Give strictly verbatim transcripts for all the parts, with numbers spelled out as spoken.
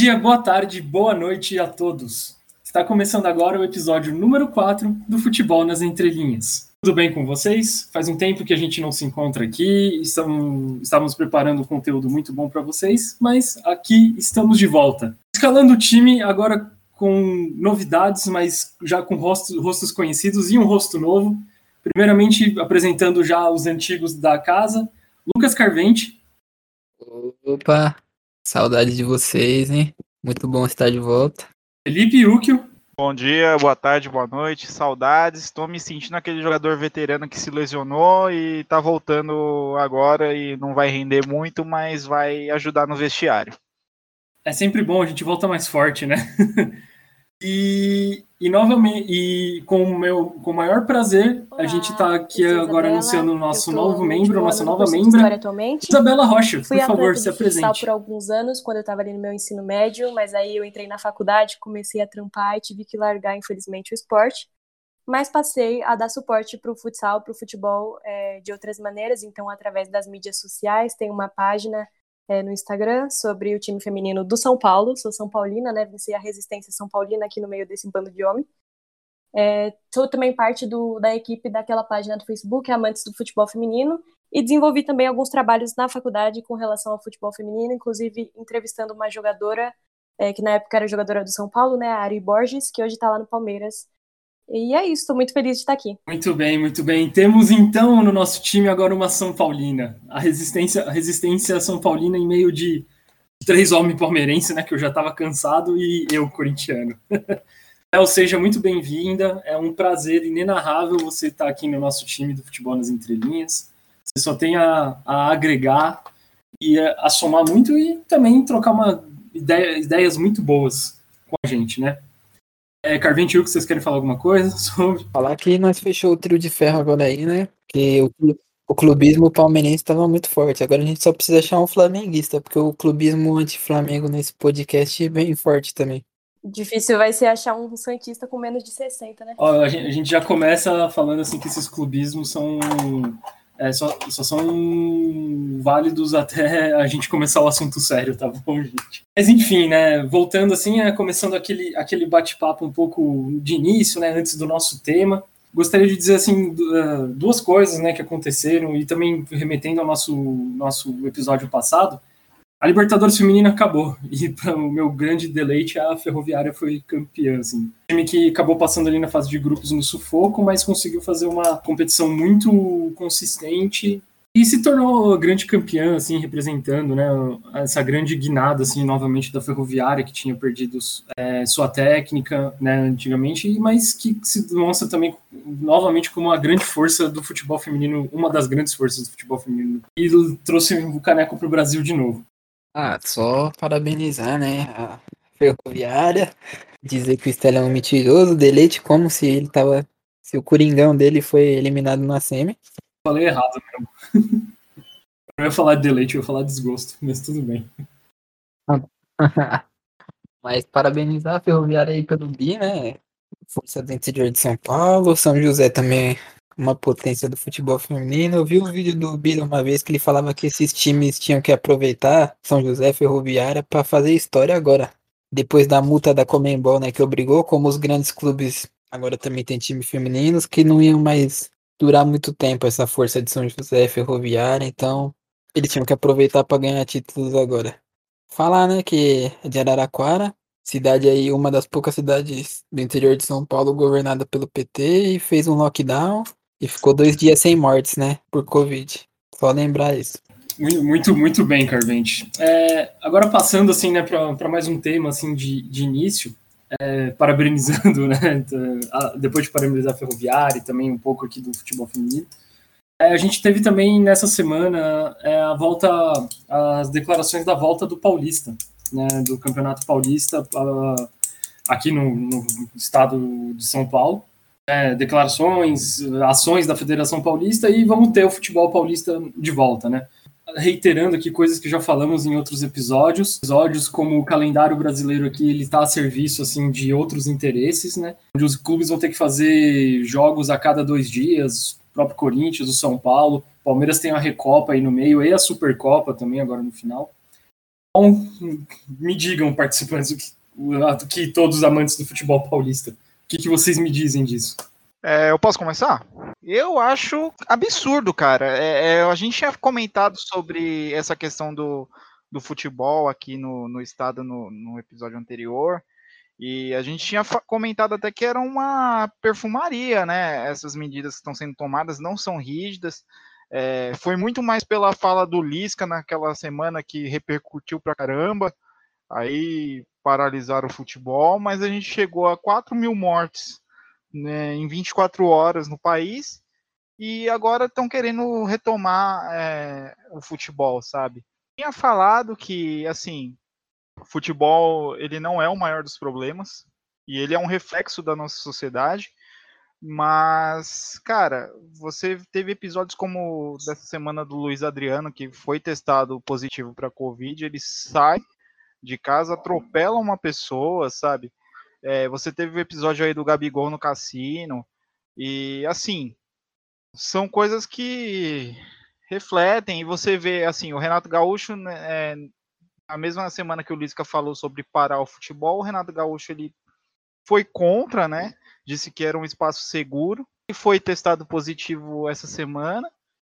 dia, boa tarde, boa noite a todos. Está começando agora o episódio número quatro do Futebol nas Entrelinhas. Tudo bem com vocês? Faz um tempo que a gente não se encontra aqui, estamos, estávamos preparando um conteúdo muito bom para vocês, mas aqui estamos de volta. Escalando o time agora com novidades, mas já com rostos, rostos conhecidos e um rosto novo. Primeiramente, apresentando já os antigos da casa, Lucas Carvente. Opa, saudade de vocês, hein? Muito bom estar de volta. Felipe Ucchio. Bom dia, boa tarde, boa noite, saudades. Estou me sentindo aquele jogador veterano que se lesionou e está voltando agora e não vai render muito, mas vai ajudar no vestiário. É sempre bom, a gente volta mais forte, né? E, e novamente, e com o meu com o maior prazer, Olá, a gente está aqui agora Isabela, anunciando o nosso novo membro, nossa nova membra, Isabela Rocha. Por favor, se apresente. Fui por alguns anos, quando eu estava ali no meu ensino médio, mas aí eu entrei na faculdade, comecei a trampar e tive que largar, infelizmente, o esporte. Mas passei a dar suporte para o futsal, para o futebol é, de outras maneiras, então através das mídias sociais, tem uma página É, no Instagram, sobre o time feminino do São Paulo. Sou São Paulina, né? Venci a resistência São Paulina aqui no meio desse bando de homem. É, sou também parte do, da equipe daquela página do Facebook, Amantes do Futebol Feminino, e desenvolvi também alguns trabalhos na faculdade com relação ao futebol feminino, inclusive entrevistando uma jogadora, é, que na época era jogadora do São Paulo, né? A Ari Borges, que hoje está lá no Palmeiras. E é isso, estou muito feliz de estar aqui. Muito bem, muito bem. Temos então no nosso time agora uma São Paulina. A resistência, a resistência São Paulina em meio de três homens palmeirenses, né? Que eu já estava cansado, e eu, corintiano. Ou seja, muito bem-vinda. É um prazer inenarrável você estar aqui no nosso time do Futebol nas Entrelinhas. Você só tem a, a agregar e a, a somar muito e também trocar uma ideia, ideias muito boas com a gente, né? É, Carvente, Hugo, vocês querem falar alguma coisa sobre? Falar que nós fechou o trio de ferro agora aí, né? Porque o, o clubismo palmeirense estava muito forte. Agora a gente só precisa achar um flamenguista, porque o clubismo anti-Flamengo nesse podcast é bem forte também. Difícil vai ser achar um santista com menos de sessenta, né? Ó, a, gente, a gente já começa falando assim que esses clubismos são... É, só, só são válidos até a gente começar o assunto sério, tá bom, gente? Mas enfim, né, voltando assim, é, começando aquele, aquele bate-papo um pouco de início, né, antes do nosso tema, gostaria de dizer assim, duas coisas, né, que aconteceram, e também remetendo ao nosso, nosso episódio passado. A Libertadores Feminina acabou, e para o meu grande deleite, a Ferroviária foi campeã, assim. Um time que acabou passando ali na fase de grupos no sufoco, mas conseguiu fazer uma competição muito consistente e se tornou grande campeã, assim, representando, né, essa grande guinada, assim, novamente da Ferroviária, que tinha perdido é, sua técnica, né, antigamente, mas que se demonstra também novamente como uma grande força do futebol feminino, uma das grandes forças do futebol feminino, e trouxe o caneco para o Brasil de novo. Ah, só parabenizar, né, a Ferroviária, dizer que o Stella é um mentiroso, deleite como se ele tava, se o Coringão dele foi eliminado na semi. Falei errado mesmo. Eu não ia falar de deleite, eu ia falar de desgosto, mas tudo bem. Mas parabenizar a Ferroviária aí pelo bi, né, força do interior de São Paulo, São José também uma potência do futebol feminino. Eu vi um vídeo do Bira uma vez que ele falava que esses times tinham que aproveitar São José, Ferroviária, para fazer história agora. Depois da multa da Conmebol, né, que obrigou, como os grandes clubes agora também tem times femininos que não iam mais durar muito tempo essa força de São José, Ferroviária, então eles tinham que aproveitar para ganhar títulos agora. Falar, né, que é de Araraquara, cidade aí, uma das poucas cidades do interior de São Paulo governada pelo P T, e fez um lockdown e ficou dois dias sem mortes, né, por Covid. Só lembrar isso. Muito, muito, muito bem, Carvente. É, agora passando, assim, né, para mais um tema, assim, de, de início, é, parabenizando, né, depois de parabenizar a Ferroviária e também um pouco aqui do futebol feminino, é, a gente teve também nessa semana é, a volta, as declarações da volta do Paulista, né, do Campeonato Paulista uh, aqui no, no estado de São Paulo. É, declarações, ações da Federação Paulista, e vamos ter o futebol paulista de volta, né? Reiterando aqui coisas que já falamos em outros episódios, episódios como o calendário brasileiro aqui, ele está a serviço, assim, de outros interesses, né? Onde os clubes vão ter que fazer jogos a cada dois dias, o próprio Corinthians, o São Paulo, Palmeiras tem a Recopa aí no meio, e a Supercopa também agora no final. Bom, me digam, participantes, que, que todos os amantes do futebol paulista, o que, que vocês me dizem disso? É, eu posso começar? Eu acho absurdo, cara. É, é, a gente tinha comentado sobre essa questão do, do futebol aqui no, no estado no, no episódio anterior. E a gente tinha comentado até que era uma perfumaria, né? Essas medidas que estão sendo tomadas não são rígidas. É, foi muito mais pela fala do Lisca naquela semana que repercutiu pra caramba. Aí paralisaram o futebol, mas a gente chegou a quatro mil mortes, né, em vinte e quatro horas no país. E agora estão querendo retomar é, o futebol, sabe? Tinha falado que, assim, o futebol ele não é o maior dos problemas e ele é um reflexo da nossa sociedade, mas, cara, você teve episódios como dessa semana do Luiz Adriano, que foi testado positivo para Covid, ele sai de casa, atropela uma pessoa, sabe? É, você teve o episódio aí do Gabigol no cassino, e assim, são coisas que refletem, e você vê, assim, o Renato Gaúcho, né, é, a mesma semana que o Lisca falou sobre parar o futebol, o Renato Gaúcho ele foi contra, né? Disse que era um espaço seguro e foi testado positivo essa semana.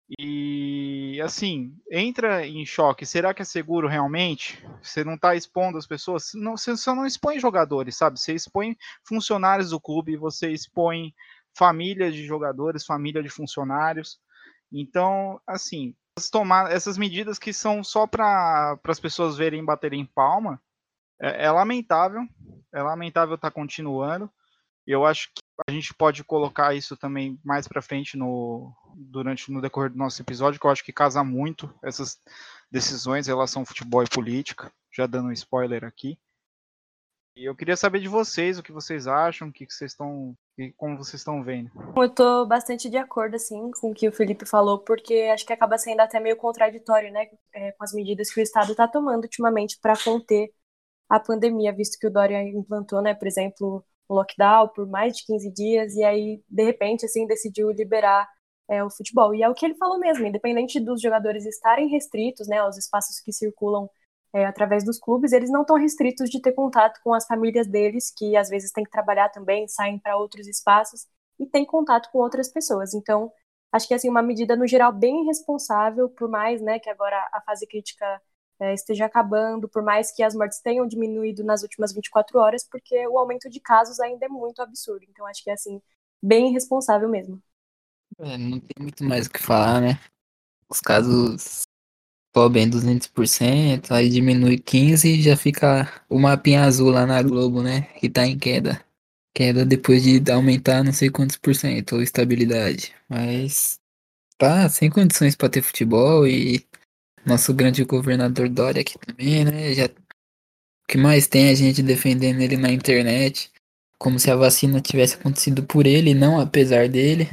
E assim, entra em choque. Será que é seguro realmente? Você não está expondo as pessoas? Não, você só não expõe jogadores, sabe? Você expõe funcionários do clube, você expõe famílias de jogadores, família de funcionários. Então, assim, tomar essas medidas que são só para as pessoas verem e baterem palma, é, é lamentável, é lamentável estar tá continuando. Eu acho que a gente pode colocar isso também mais para frente no durante no decorrer do nosso episódio, que eu acho que casa muito essas decisões em relação ao futebol e política, já dando um spoiler aqui. E eu queria saber de vocês, o que vocês acham, o que vocês estão, como vocês estão vendo. Eu tô bastante de acordo, assim, com o que o Felipe falou, porque acho que acaba sendo até meio contraditório, né, é, com as medidas que o Estado está tomando ultimamente para conter a pandemia, visto que o Dória implantou, né, por exemplo, o lockdown por mais de quinze dias, e aí, de repente, assim, decidiu liberar é, o futebol. E é o que ele falou mesmo, independente dos jogadores estarem restritos, né, aos espaços que circulam É, através dos clubes, eles não estão restritos de ter contato com as famílias deles, que às vezes têm que trabalhar também, saem para outros espaços e têm contato com outras pessoas. Então, acho que assim uma medida no geral bem responsável, por mais, né, que agora a fase crítica é, esteja acabando, por mais que as mortes tenham diminuído nas últimas vinte e quatro horas, porque o aumento de casos ainda é muito absurdo. Então, acho que é assim bem responsável mesmo. É, não tem muito mais o que falar, né? Os casos sobem duzentos por cento, aí diminui quinze e já fica o mapinha azul lá na Globo, né? Que tá em queda. Queda depois de aumentar não sei quantos por cento, ou estabilidade. Mas tá sem condições pra ter futebol e nosso grande governador Dória aqui também, né? Já, o que mais tem é gente defendendo ele na internet, como se a vacina tivesse acontecido por ele, não apesar dele.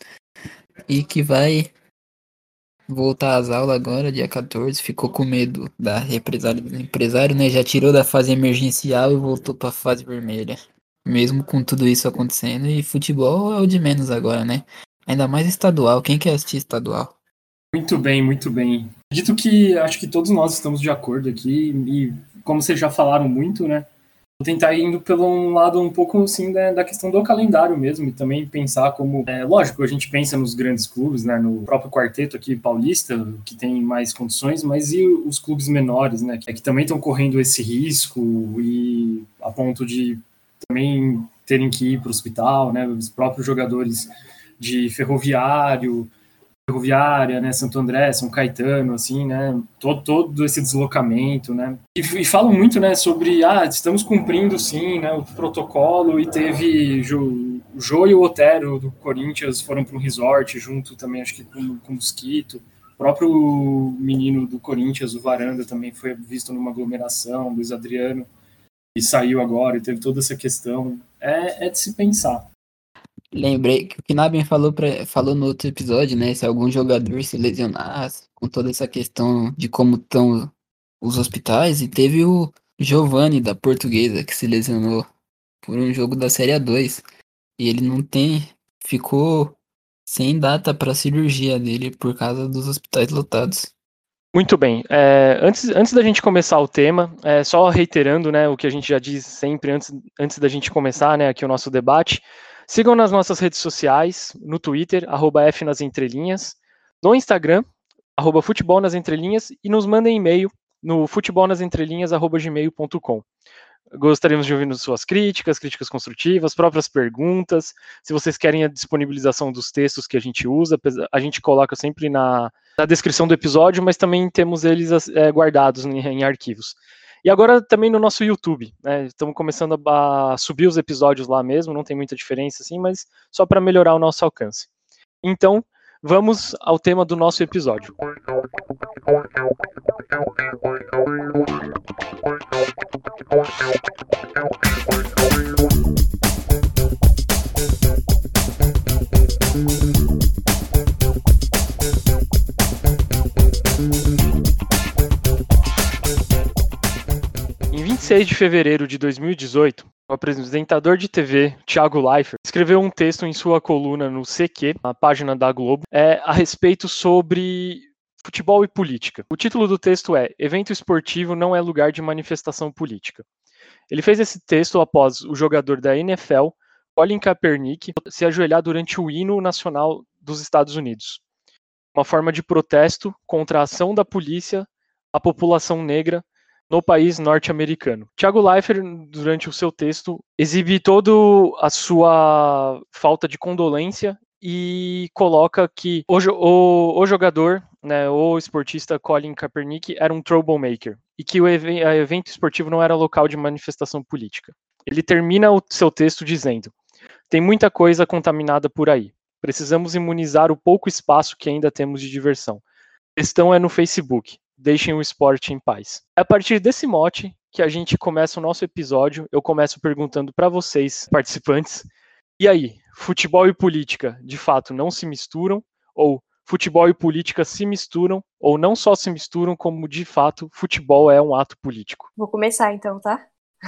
E que vai voltar às aulas agora, dia quatorze, ficou com medo da represália do empresário, né? Já tirou da fase emergencial e voltou pra fase vermelha. Mesmo com tudo isso acontecendo, e futebol é o de menos agora, né? Ainda mais estadual. Quem quer assistir estadual? Muito bem, muito bem. Acredito que acho que todos nós estamos de acordo aqui, e como vocês já falaram muito, né? Vou tentar ir indo pelo um lado um pouco assim da, da questão do calendário mesmo, e também pensar como, é, lógico, a gente pensa nos grandes clubes, né, no próprio quarteto aqui paulista, que tem mais condições, mas e os clubes menores, né, que, que também estão correndo esse risco e a ponto de também terem que ir para o hospital, né, os próprios jogadores de Ferroviário, Ferroviária, né, Santo André, São Caetano, assim, né, todo, todo esse deslocamento, né, e, e falam muito, né, sobre, ah, estamos cumprindo, sim, né, o protocolo, e teve o Jô e o Otero do Corinthians foram para um resort junto também, acho que com, com o Mosquito, o próprio menino do Corinthians, o Varanda, também foi visto numa aglomeração, Luiz Adriano, e saiu agora, e teve toda essa questão, é, é de se pensar. Lembrei que o Knaben falou, pra, falou no outro episódio, né? Se algum jogador se lesionasse, com toda essa questão de como estão os hospitais, e teve o Giovani da Portuguesa que se lesionou por um jogo da Série A dois. E ele não tem, ficou sem data para cirurgia dele por causa dos hospitais lotados. Muito bem. É, antes, antes da gente começar o tema, é, só reiterando, né, o que a gente já diz sempre antes, antes da gente começar, né, aqui o nosso debate, sigam nas nossas redes sociais, no Twitter, arroba F nas entrelinhas, no Instagram, arroba futebol nas entrelinhas, e nos mandem e-mail no futebolnasentrelinhas arroba gmail ponto com. Gostaríamos de ouvir suas críticas, críticas construtivas, próprias perguntas. Se vocês querem a disponibilização dos textos que a gente usa, a gente coloca sempre na, na descrição do episódio, mas também temos eles é, guardados em, em arquivos. E agora também no nosso YouTube, né? Estamos começando a, a subir os episódios lá mesmo, não tem muita diferença assim, mas só para melhorar o nosso alcance. Então, vamos ao tema do nosso episódio. Em vinte e seis de fevereiro de dois mil e dezoito, o apresentador de T V, Thiago Leifert, escreveu um texto em sua coluna no C Q, a página da Globo, é, a respeito sobre futebol e política. O título do texto é "Evento esportivo não é lugar de manifestação política". Ele fez esse texto após o jogador da N F L, Colin Kaepernick, se ajoelhar durante o hino nacional dos Estados Unidos. Uma forma de protesto contra a ação da polícia à população negra no país norte-americano. Thiago Leifert, durante o seu texto, exibe toda a sua falta de condolência e coloca que o, o, o jogador, né, o esportista Colin Kaepernick era um troublemaker e que o evento esportivo não era local de manifestação política. Ele termina o seu texto dizendo: "Tem muita coisa contaminada por aí. Precisamos imunizar o pouco espaço que ainda temos de diversão. A questão é no Facebook. Deixem o esporte em paz". É a partir desse mote que a gente começa o nosso episódio. Eu começo perguntando para vocês, participantes, e aí, futebol e política de fato não se misturam? Ou futebol e política se misturam? Ou não só se misturam, como de fato futebol é um ato político? Vou começar então, tá?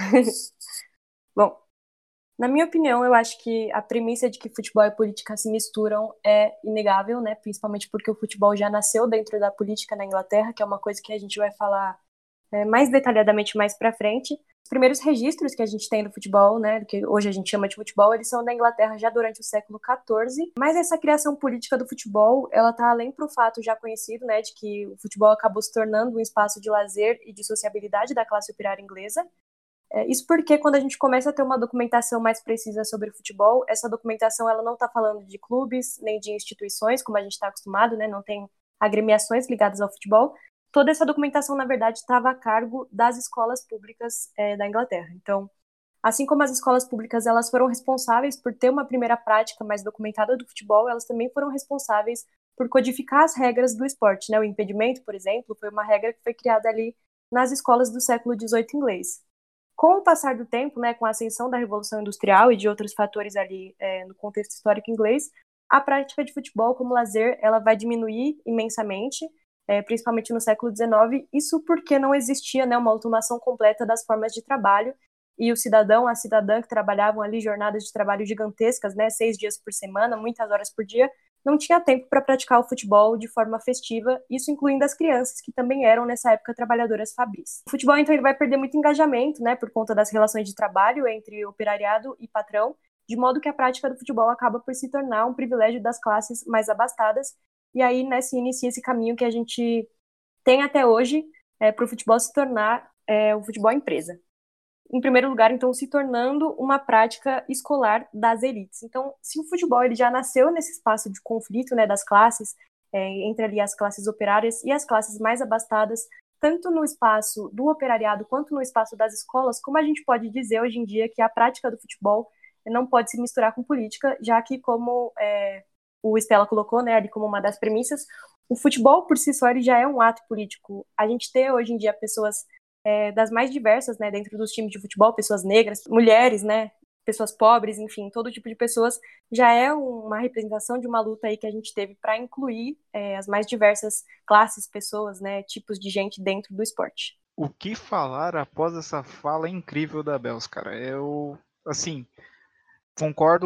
Bom, na minha opinião, eu acho que a premissa de que futebol e política se misturam é inegável, né? Principalmente porque o futebol já nasceu dentro da política na Inglaterra, que é uma coisa que a gente vai falar é, mais detalhadamente mais pra frente. Os primeiros registros que a gente tem do futebol, né, que hoje a gente chama de futebol, eles são da Inglaterra já durante o século quatorze, mas essa criação política do futebol, ela tá além pro fato já conhecido, né, de que o futebol acabou se tornando um espaço de lazer e de sociabilidade da classe operária inglesa. É, isso porque quando a gente começa a ter uma documentação mais precisa sobre o futebol, essa documentação ela não está falando de clubes, nem de instituições, como a gente está acostumado, né, não tem agremiações ligadas ao futebol. Toda essa documentação, na verdade, estava a cargo das escolas públicas é, da Inglaterra. Então, assim como as escolas públicas elas foram responsáveis por ter uma primeira prática mais documentada do futebol, elas também foram responsáveis por codificar as regras do esporte, né? O impedimento, por exemplo, foi uma regra que foi criada ali nas escolas do século dezoito inglês. Com o passar do tempo, né, com a ascensão da Revolução Industrial e de outros fatores ali é, no contexto histórico inglês, a prática de futebol como lazer ela vai diminuir imensamente, É, principalmente no século dezenove, isso porque não existia, né, uma automação completa das formas de trabalho, e o cidadão, a cidadã que trabalhavam ali jornadas de trabalho gigantescas, né, seis dias por semana, muitas horas por dia, não tinha tempo para praticar o futebol de forma festiva, isso incluindo as crianças, que também eram, nessa época, trabalhadoras fabris. O futebol, então, ele vai perder muito engajamento, né, por conta das relações de trabalho entre operariado e patrão, de modo que a prática do futebol acaba por se tornar um privilégio das classes mais abastadas. E aí, né, se inicia esse caminho que a gente tem até hoje é, para o futebol se tornar é, o futebol empresa. Em primeiro lugar, então, se tornando uma prática escolar das elites. Então, se o futebol ele já nasceu nesse espaço de conflito, né, das classes, é, entre ali as classes operárias e as classes mais abastadas, tanto no espaço do operariado quanto no espaço das escolas, como a gente pode dizer hoje em dia que a prática do futebol não pode se misturar com política, já que, como é, o Stella colocou, né, ali como uma das premissas, o futebol por si só ele já é um ato político. A gente tem hoje em dia pessoas é, das mais diversas, né, dentro dos times de futebol, pessoas negras, mulheres, né, pessoas pobres, enfim, todo tipo de pessoas, já é uma representação de uma luta aí que a gente teve para incluir é, as mais diversas classes, pessoas, né, tipos de gente dentro do esporte. O que falar após essa fala incrível da Bels, cara? Eu, assim, concordo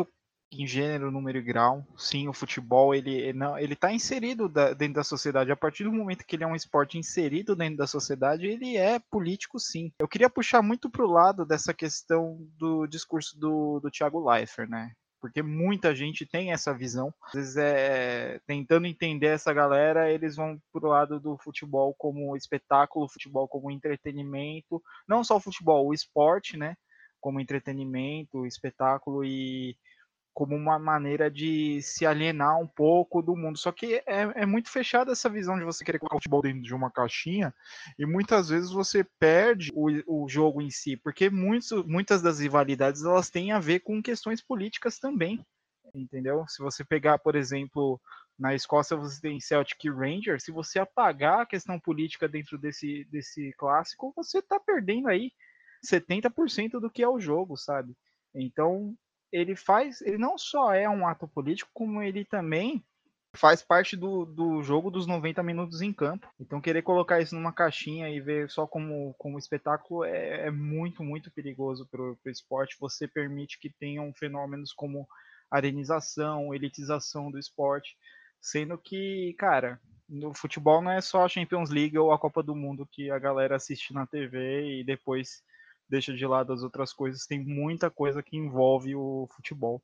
em gênero, número e grau. Sim, o futebol ele ele não, ele está inserido da- dentro da sociedade. A partir do momento que ele é um esporte inserido dentro da sociedade, ele é político, sim. Eu queria puxar muito para o lado dessa questão do discurso do, do Thiago Leifert, né? Porque muita gente tem essa visão. Às vezes, é, tentando entender essa galera, eles vão pro lado do futebol como espetáculo, futebol como entretenimento. Não só o futebol, o esporte, né? Como entretenimento, espetáculo e como uma maneira de se alienar um pouco do mundo. Só que é, é muito fechada essa visão de você querer colocar o futebol dentro de uma caixinha e muitas vezes você perde o, o jogo em si, porque muitos, muitas das rivalidades elas têm a ver com questões políticas também, entendeu? Se você pegar, por exemplo, na Escócia você tem Celtic e Rangers, se você apagar a questão política dentro desse, desse clássico, você está perdendo aí setenta por cento do que é o jogo, sabe? Então, ele faz, ele não só é um ato político, como ele também faz parte do, do jogo dos noventa minutos em campo. Então, querer colocar isso numa caixinha e ver só como, como espetáculo é, é muito, muito perigoso para o esporte. Você permite que tenham fenômenos como arenização, elitização do esporte, sendo que, cara, no futebol não é só a Champions League ou a Copa do Mundo que a galera assiste na T V e depois deixa de lado as outras coisas. Tem muita coisa que envolve o futebol.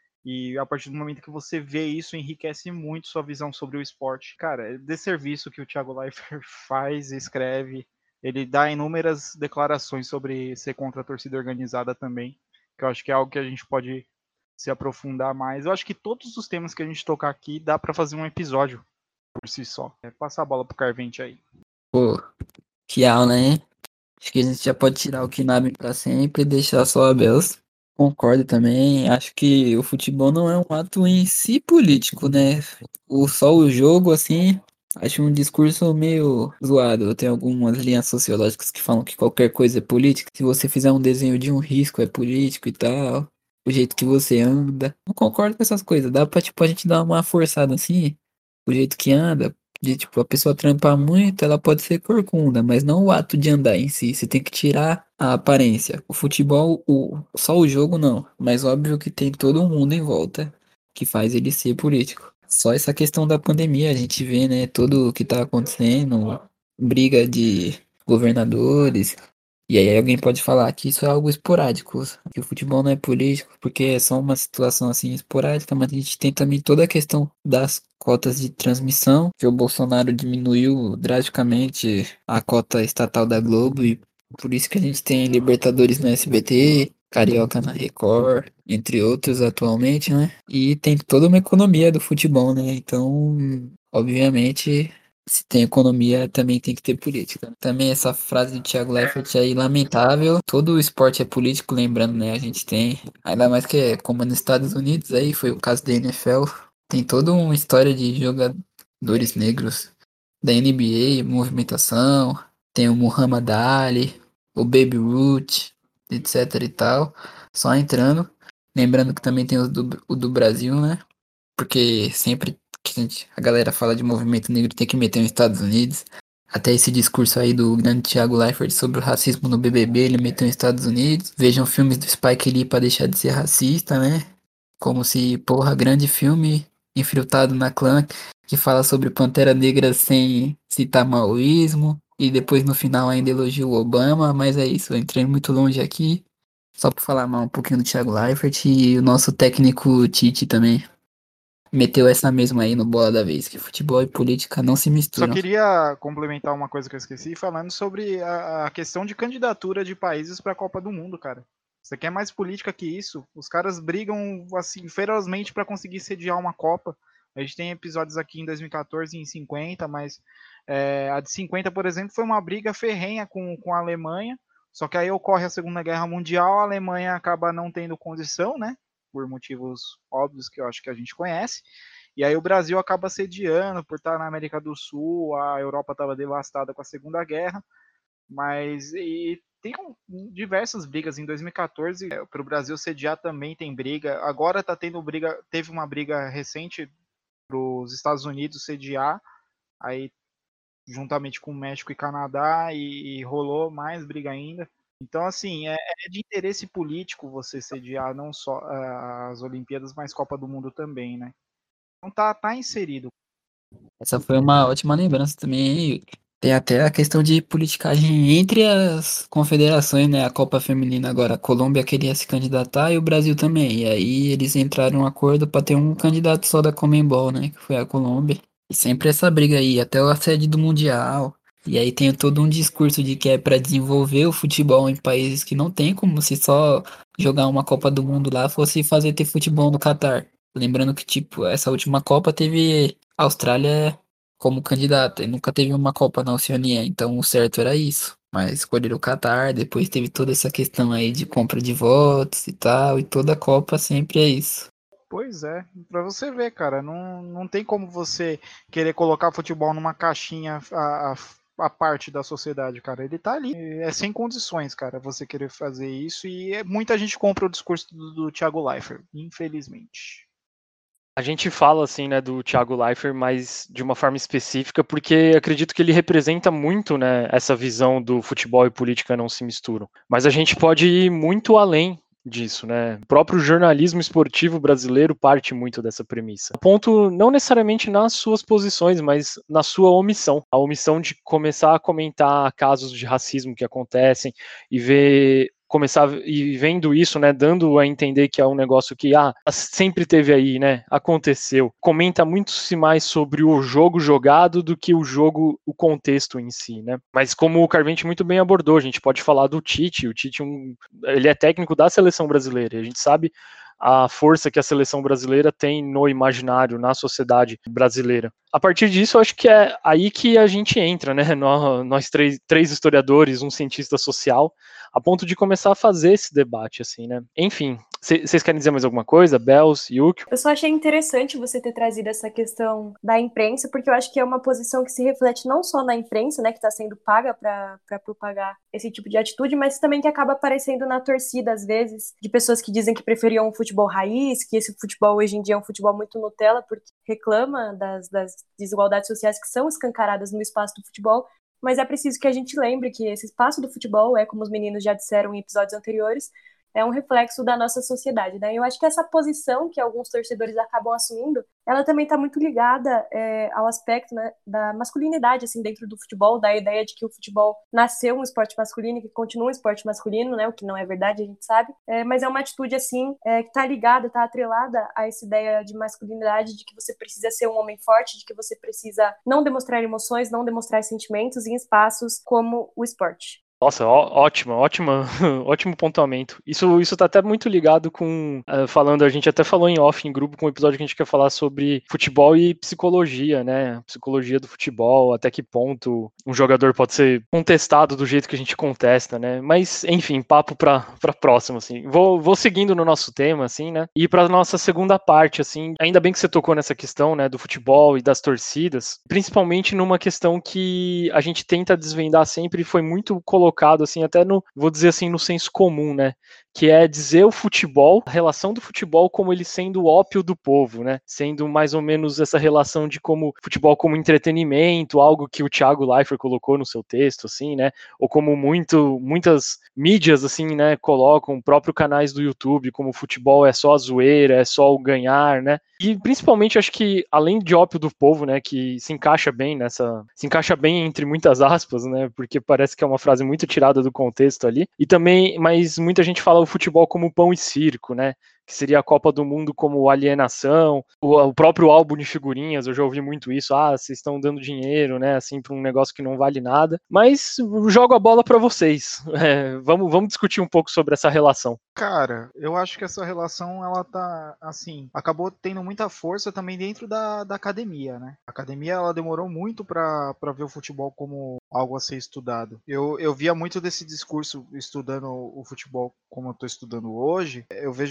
E a partir do momento que você vê isso, enriquece muito sua visão sobre o esporte. Cara, é desserviço que o Thiago Leifert faz, escreve. Ele dá inúmeras declarações sobre ser contra a torcida organizada também, que eu acho que é algo que a gente pode se aprofundar mais. Eu acho que todos os temas que a gente tocar aqui dá para fazer um episódio por si só. É, passa a bola pro Carvente aí. Pô, que aula, hein? Acho que a gente já pode tirar o Knaben pra sempre e deixar só a Bels. Concordo também. Acho que o futebol não é um ato em si político, né? O, só o jogo, assim, acho um discurso meio zoado. Tem algumas linhas sociológicas que falam que qualquer coisa é política. Se você fizer um desenho de um risco, é político e tal. O jeito que você anda. Não concordo com essas coisas. Dá pra, tipo, a gente dar uma forçada assim. O jeito que anda. De, tipo, a pessoa trampar muito, ela pode ser corcunda, mas não o ato de andar em si. Você tem que tirar a aparência. O futebol, o, só o jogo não. Mas óbvio que tem todo um mundo em volta que faz ele ser político. Só essa questão da pandemia, a gente vê, né, tudo o que tá acontecendo, briga de governadores. E aí alguém pode falar que isso é algo esporádico, que o futebol não é político, porque é só uma situação assim esporádica, mas a gente tem também toda a questão das cotas de transmissão, que o Bolsonaro diminuiu drasticamente a cota estatal da Globo, e por isso que a gente tem Libertadores no S B T, Carioca na Record, entre outros atualmente, né? E tem toda uma economia do futebol, né? Então, obviamente, se tem economia, também tem que ter política. Também essa frase do Thiago Leifert aí, lamentável. Todo o esporte é político, lembrando, né? A gente tem, ainda mais que é como nos Estados Unidos, aí foi o caso da N F L. Tem toda uma história de jogadores negros da N B A, movimentação. Tem o Muhammad Ali, o Baby Ruth, etc e tal. Só entrando. Lembrando que também tem o do, o do Brasil, né? Porque sempre que a, gente, a galera fala de movimento negro tem que meter nos Estados Unidos. Até esse discurso aí do grande Thiago Leifert sobre o racismo no B B B, ele meteu nos Estados Unidos. Vejam filmes do Spike Lee pra deixar de ser racista, né? Como se, porra, grande filme infiltrado na clã que fala sobre Pantera Negra sem citar maoísmo. E depois no final ainda elogia o Obama, mas é isso, eu entrei muito longe aqui. Só pra falar mal um pouquinho do Thiago Leifert e o nosso técnico Tite também meteu essa mesma aí no Bola da Vez, que futebol e política não se Só misturam. queria complementar uma coisa que eu esqueci, falando sobre a, a questão de candidatura de países para a Copa do Mundo, cara. Você quer mais política que isso? Os caras brigam assim ferozmente para conseguir sediar uma Copa. A gente tem episódios aqui em dois mil e quatorze e em cinquenta, mas é, a de cinquenta, por exemplo, foi uma briga ferrenha com, com a Alemanha. Só que aí ocorre a Segunda Guerra Mundial, a Alemanha acaba não tendo condição, né? Por motivos óbvios que eu acho que a gente conhece. E aí o Brasil acaba sediando por estar na América do Sul, a Europa estava devastada com a Segunda Guerra, mas e tem um, diversas brigas em dois mil e quatorze para o Brasil sediar também tem briga. Agora tá tendo briga, teve uma briga recente para os Estados Unidos sediar, aí juntamente com México e Canadá e, e rolou mais briga ainda. Então, assim, é, é de interesse político você sediar não só ah, as Olimpíadas, mas Copa do Mundo também, né? Então tá, tá inserido. Essa foi uma ótima lembrança também. Tem até a questão de politicagem entre as confederações, né? A Copa Feminina agora, a Colômbia queria se candidatar e o Brasil também. E aí eles entraram em um acordo para ter um candidato só da Conmebol, né? Que foi a Colômbia. E sempre essa briga aí, até a sede do Mundial. E aí tem todo um discurso de que é para desenvolver o futebol em países que não tem, como se só jogar uma Copa do Mundo lá fosse fazer ter futebol no Catar. Lembrando que, tipo, essa última Copa teve a Austrália como candidata e nunca teve uma Copa na Oceania, então o certo era isso. Mas escolheram o Catar, depois teve toda essa questão aí de compra de votos e tal, e toda Copa sempre é isso. Pois é, pra você ver, cara, não, não tem como você querer colocar futebol numa caixinha a, a, a parte da sociedade, cara. Ele tá ali, é sem condições, cara, você querer fazer isso e é, muita gente compra o discurso do, do Thiago Leifert, infelizmente. A gente fala assim, né, do Thiago Leifert, mas de uma forma específica, porque acredito que ele representa muito, né, essa visão do futebol e política não se misturam. Mas a gente pode ir muito além disso, né? O próprio jornalismo esportivo brasileiro parte muito dessa premissa. O ponto não necessariamente nas suas posições, mas na sua omissão. A omissão de começar a comentar casos de racismo que acontecem e ver começar e vendo isso, né, dando a entender que é um negócio que ah, sempre teve aí, né, aconteceu. Comenta muito se mais sobre o jogo jogado do que o jogo, o contexto em si, né? Mas como o Carvente muito bem abordou, a gente pode falar do Tite, o Tite um, ele é técnico da seleção brasileira, e a gente sabe a força que a seleção brasileira tem no imaginário, na sociedade brasileira. A partir disso, eu acho que é aí que a gente entra, né? Nós, nós três, três historiadores, um cientista social, a ponto de começar a fazer esse debate, assim, né? Enfim, vocês querem dizer mais alguma coisa? Bels, Yukio? Eu só achei interessante você ter trazido essa questão da imprensa, porque eu acho que é uma posição que se reflete não só na imprensa, né, que está sendo paga para propagar esse tipo de atitude, mas também que acaba aparecendo na torcida, às vezes, de pessoas que dizem que preferiam um futebol raiz, que esse futebol hoje em dia é um futebol muito Nutella, porque reclama das, das desigualdades sociais que são escancaradas no espaço do futebol. Mas é preciso que a gente lembre que esse espaço do futebol é, como os meninos já disseram em episódios anteriores, é um reflexo da nossa sociedade, né? Eu acho que essa posição que alguns torcedores acabam assumindo, ela também está muito ligada é, ao aspecto, né, da masculinidade, assim, dentro do futebol, da ideia de que o futebol nasceu um esporte masculino e que continua um esporte masculino, né? O que não é verdade, a gente sabe. É, mas é uma atitude, assim, é, que está ligada, está atrelada a essa ideia de masculinidade, de que você precisa ser um homem forte, de que você precisa não demonstrar emoções, não demonstrar sentimentos em espaços como o esporte. Nossa, ó, ótima, ótima, ótimo pontuamento. Isso, isso tá até muito ligado com, uh, falando, a gente até falou em off, em grupo, com um episódio que a gente quer falar sobre futebol e psicologia, né? Psicologia do futebol, até que ponto um jogador pode ser contestado do jeito que a gente contesta, né? Mas, enfim, papo pra, pra próximo, assim. Vou, vou seguindo no nosso tema, assim, né? E pra nossa segunda parte, assim, ainda bem que você tocou nessa questão, né, do futebol e das torcidas, principalmente numa questão que a gente tenta desvendar sempre e foi muito colocado colocado assim, até no, vou dizer assim, no senso comum, né? Que é dizer o futebol, a relação do futebol como ele sendo o ópio do povo, né? Sendo mais ou menos essa relação de como futebol como entretenimento, algo que o Thiago Leifert colocou no seu texto, assim, né? Ou como muito, muitas mídias, assim, né, colocam, próprio canais do YouTube, como futebol é só a zoeira, é só o ganhar, né? E principalmente acho que além de ópio do povo, né, que se encaixa bem nessa, se encaixa bem entre muitas aspas, né, porque parece que é uma frase muito tirada do contexto ali. E também, mas muita gente fala o futebol como pão e circo, né? Que seria a Copa do Mundo como alienação, o, o próprio álbum de figurinhas, eu já ouvi muito isso, ah, vocês estão dando dinheiro, né, assim, para um negócio que não vale nada, mas jogo a bola para vocês, é, vamos, vamos discutir um pouco sobre essa relação. Cara, eu acho que essa relação, ela tá, assim, acabou tendo muita força também dentro da, da academia, né? A academia, ela demorou muito para ver o futebol como algo a ser estudado. Eu, eu via muito desse discurso estudando o futebol como eu tô estudando hoje, eu vejo relatos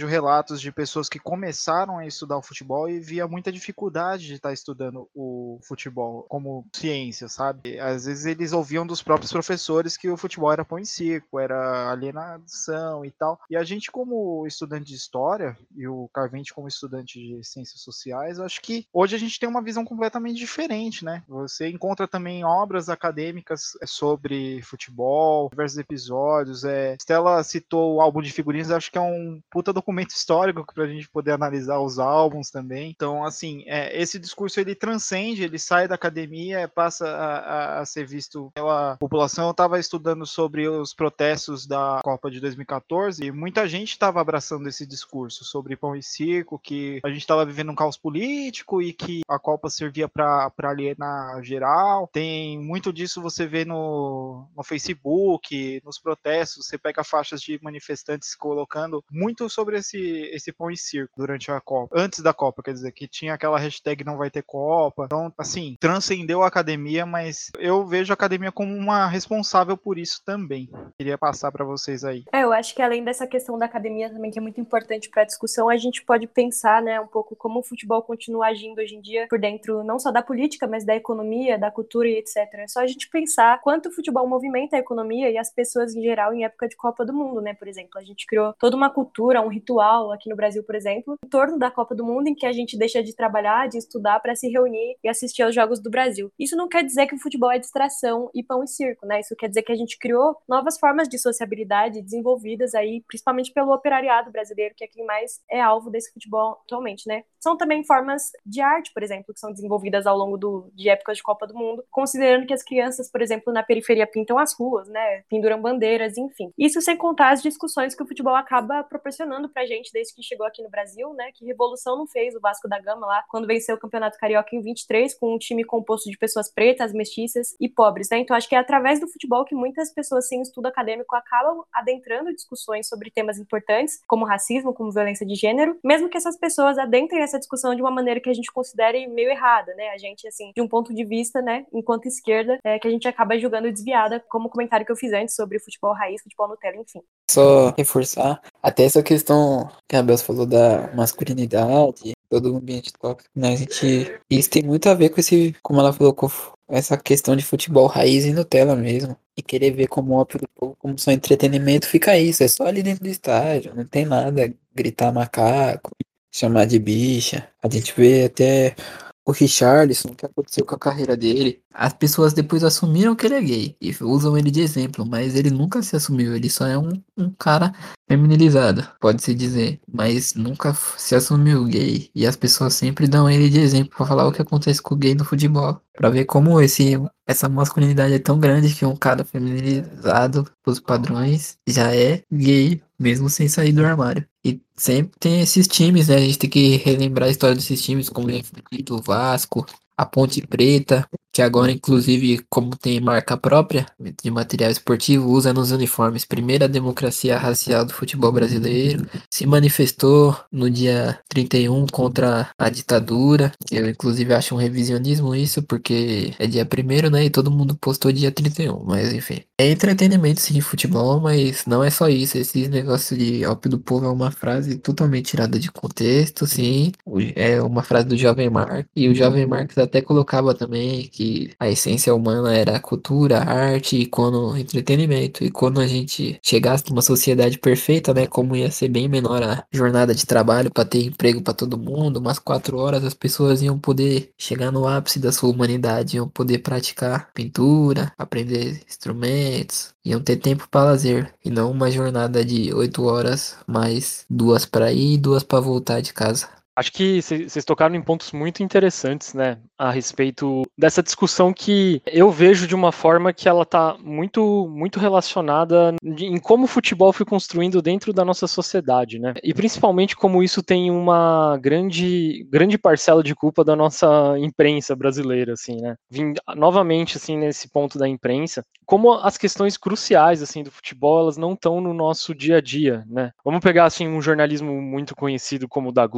relatos de pessoas que começaram a estudar o futebol e via muita dificuldade de estar estudando o futebol como ciência, sabe? Às vezes eles ouviam dos próprios professores que o futebol era pão e circo, era alienação e tal. E a gente, como estudante de história, e o Carvente como estudante de ciências sociais, eu acho que hoje a gente tem uma visão completamente diferente, né? Você encontra também obras acadêmicas sobre futebol, diversos episódios. É... Stella citou o álbum de figurinhas, acho que é um puta documento histórico pra gente poder analisar os álbuns também. Então, assim, é, esse discurso ele transcende, ele sai da academia, passa a, a, a ser visto pela população. Eu estava estudando sobre os protestos da Copa de dois mil e quatorze e muita gente estava abraçando esse discurso sobre pão e circo, que a gente estava vivendo um caos político e que a Copa servia para alienar geral. Tem muito disso você vê no, no Facebook, nos protestos, você pega faixas de manifestantes colocando muito sobre esse, esse pão e circo durante a Copa, antes da Copa, quer dizer, que tinha aquela hashtag não vai ter Copa. Então, assim, transcendeu a academia, mas eu vejo a academia como uma responsável por isso também. Queria passar para vocês aí. É, eu acho que além dessa questão da academia também, que é muito importante para a discussão, a gente pode pensar, né, um pouco como o futebol continua agindo hoje em dia por dentro não só da política, mas da economia, da cultura e etcétera. É só a gente pensar quanto o futebol movimenta a economia e as pessoas em geral em época de Copa do Mundo, né, por exemplo. A gente criou toda uma cultura, um ritual aqui no Brasil, por exemplo, em torno da Copa do Mundo, em que a gente deixa de trabalhar, de estudar para se reunir e assistir aos jogos do Brasil. Isso não quer dizer que o futebol é distração e pão e circo, né? Isso quer dizer que a gente criou novas formas de sociabilidade desenvolvidas aí, principalmente pelo operariado brasileiro, que é quem mais é alvo desse futebol atualmente, né? São também formas de arte, por exemplo, que são desenvolvidas ao longo do, de épocas de Copa do Mundo, considerando que as crianças, por exemplo, na periferia pintam as ruas, né? Penduram bandeiras, enfim. Isso sem contar as discussões que o futebol acaba proporcionando pra gente desde que chegou aqui no Brasil, né? Que revolução não fez o Vasco da Gama lá, quando venceu o Campeonato Carioca em vinte e três, com um time composto de pessoas pretas, mestiças e pobres, né? Então acho que é através do futebol que muitas pessoas sem estudo acadêmico acabam adentrando discussões sobre temas importantes, como racismo, como violência de gênero, mesmo que essas pessoas adentrem essa discussão de uma maneira que a gente considere meio errada, né? A gente, assim, de um ponto de vista, né, enquanto esquerda, é, que a gente acaba julgando desviada, como o comentário que eu fiz antes sobre futebol raiz, futebol Nutella, enfim. Só reforçar, até essa questão que a Bel falou da masculinidade, todo o ambiente tóxico, né? A gente, isso tem muito a ver com esse, como ela falou, com essa questão de futebol raiz e Nutella mesmo. E querer ver como ópio do povo, como só entretenimento, fica isso. É só ali dentro do estádio, não tem nada, gritar macaco, chamar de bicha. A gente vê até o Richarlison, o que aconteceu com a carreira dele. As pessoas depois assumiram que ele é gay e usam ele de exemplo, mas ele nunca se assumiu. Ele só é um, um cara feminilizado, pode-se dizer, mas nunca f- se assumiu gay. E as pessoas sempre dão ele de exemplo pra falar o que acontece com o gay no futebol, pra ver como esse, essa masculinidade é tão grande que um cara feminilizado pelos padrões já é gay, mesmo sem sair do armário. E sempre tem esses times, né? A gente tem que relembrar a história desses times, como o Vasco, a Ponte Preta, que agora, inclusive, como tem marca própria de material esportivo, usa nos uniformes. Primeira democracia racial do futebol brasileiro. Se manifestou no dia trinta e um contra a ditadura. Eu, inclusive, acho um revisionismo isso, porque é dia primeiro, né? E todo mundo postou dia trinta e um. Mas, enfim. É entretenimento, sim, futebol, mas não é só isso. Esse negócio de ópio do povo é uma frase totalmente tirada de contexto, sim. O- É uma frase do Jovem Marx. E o Jovem Marx até colocava também que a essência humana era a cultura, a arte e quando entretenimento. E quando a gente chegasse numa sociedade perfeita, né, como ia ser bem menor a jornada de trabalho para ter emprego para todo mundo, umas quatro horas as pessoas iam poder chegar no ápice da sua humanidade, iam poder praticar pintura, aprender instrumentos, iam ter tempo para lazer e não uma jornada de oito horas mais duas para ir e duas para voltar de casa. Acho que vocês tocaram em pontos muito interessantes, né, a respeito dessa discussão que eu vejo de uma forma que ela está muito, muito relacionada em como o futebol foi construindo dentro da nossa sociedade, né, e principalmente como isso tem uma grande, grande parcela de culpa da nossa imprensa brasileira, assim, né, vim novamente, assim, nesse ponto da imprensa, como as questões cruciais, assim, do futebol, elas não estão no nosso dia a dia, né. Vamos pegar, assim, um jornalismo muito conhecido como o da Globo, o próprio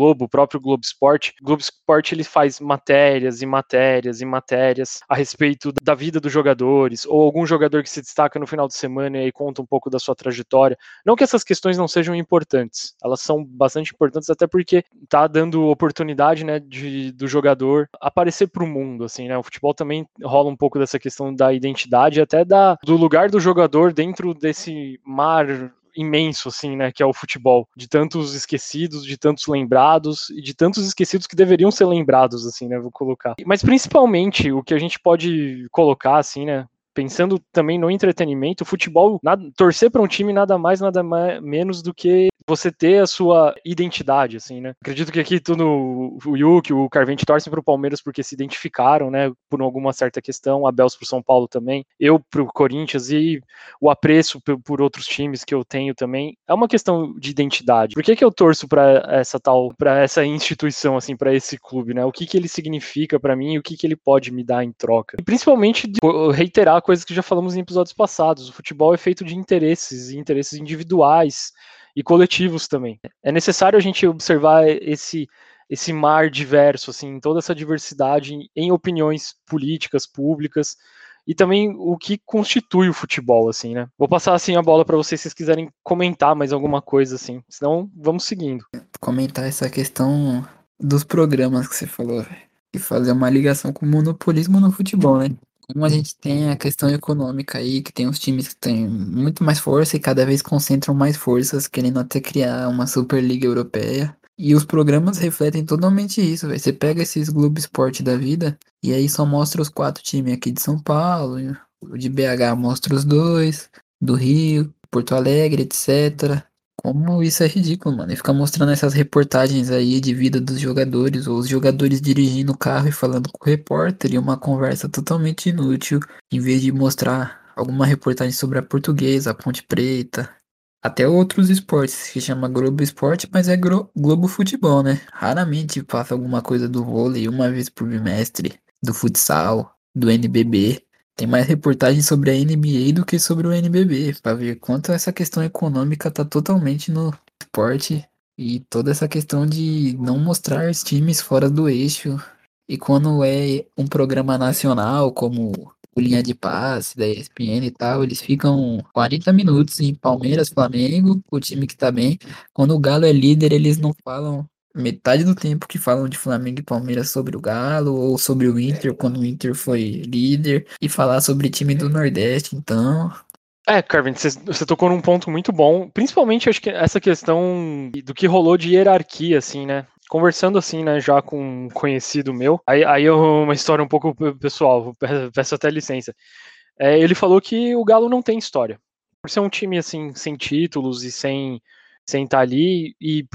próprio Globo Esporte. O Globo Esporte ele faz matérias e matérias e matérias a respeito da vida dos jogadores, ou algum jogador que se destaca no final de semana e aí conta um pouco da sua trajetória. Não que essas questões não sejam importantes, elas são bastante importantes até porque tá dando oportunidade, né, de, do jogador aparecer para o mundo, assim, né? O futebol também rola um pouco dessa questão da identidade, até da, do lugar do jogador dentro desse mar imenso, assim, né, que é o futebol, de tantos esquecidos, de tantos lembrados, e de tantos esquecidos que deveriam ser lembrados, assim, né, vou colocar. Mas principalmente, o que a gente pode colocar, assim, né, pensando também no entretenimento, o futebol, nada, torcer para um time nada mais, nada mais, menos do que você ter a sua identidade, assim, né? Acredito que aqui tudo, o Yuki, o Carvente torcem pro Palmeiras porque se identificaram, né, por alguma certa questão, o Abels pro São Paulo também, eu pro Corinthians e o apreço por, por outros times que eu tenho também, é uma questão de identidade. Por que que eu torço para essa tal, para essa instituição, assim, para esse clube, né? O que que ele significa para mim e o que que ele pode me dar em troca? E principalmente de reiterar coisas que já falamos em episódios passados, o futebol é feito de interesses, e interesses individuais, e coletivos também. É necessário a gente observar esse, esse mar diverso, assim, toda essa diversidade em opiniões políticas, públicas, e também o que constitui o futebol, assim, né? Vou passar, assim, a bola para vocês, se vocês quiserem comentar mais alguma coisa, assim, senão vamos seguindo. Comentar essa questão dos programas que você falou, e fazer uma ligação com o monopolismo no futebol, né? Como a gente tem a questão econômica aí, que tem os times que têm muito mais força e cada vez concentram mais forças, querendo até criar uma Superliga Europeia. E os programas refletem totalmente isso, véio. Você pega esses Globo Esporte da vida, e aí só mostra os quatro times aqui de São Paulo, o de B H mostra os dois, do Rio, Porto Alegre, etcétera. Como isso é ridículo, mano. E ficar mostrando essas reportagens aí de vida dos jogadores, ou os jogadores dirigindo o carro e falando com o repórter, e uma conversa totalmente inútil, em vez de mostrar alguma reportagem sobre a Portuguesa, a Ponte Preta, até outros esportes, que chama Globo Esporte, mas é Gro- Globo Futebol, né? Raramente passa alguma coisa do vôlei uma vez por bimestre, do futsal, do N B B. Tem mais reportagens sobre a N B A do que sobre o N B B, pra ver quanto essa questão econômica tá totalmente no esporte e toda essa questão de não mostrar os times fora do eixo. E quando é um programa nacional, como o Linha de Passe da E S P N e tal, eles ficam quarenta minutos em Palmeiras, Flamengo, o time que tá bem. Quando o Galo é líder, eles não falam metade do tempo que falam de Flamengo e Palmeiras sobre o Galo, ou sobre o Inter, quando o Inter foi líder, e falar sobre time do Nordeste, então. É, Carvin, você tocou num ponto muito bom, principalmente acho que essa questão do que rolou de hierarquia, assim, né? Conversando assim, né, já com um conhecido meu, aí, aí é uma história um pouco pessoal, peço até licença. É, ele falou que o Galo não tem história. Por ser um time, assim, sem títulos e sem sem estar ali, e,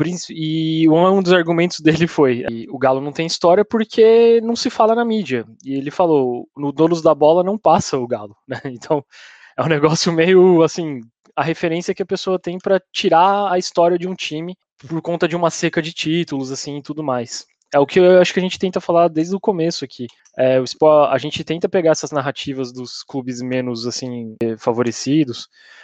e um dos argumentos dele foi, o Galo não tem história porque não se fala na mídia. E ele falou, no Donos da Bola não passa o Galo, né? Então, é um negócio meio, assim, a referência que a pessoa tem para tirar a história de um time por conta de uma seca de títulos, assim, e tudo mais. É o que eu acho que a gente tenta falar desde o começo aqui. É, a gente tenta pegar essas narrativas dos clubes menos, assim, favorecidos.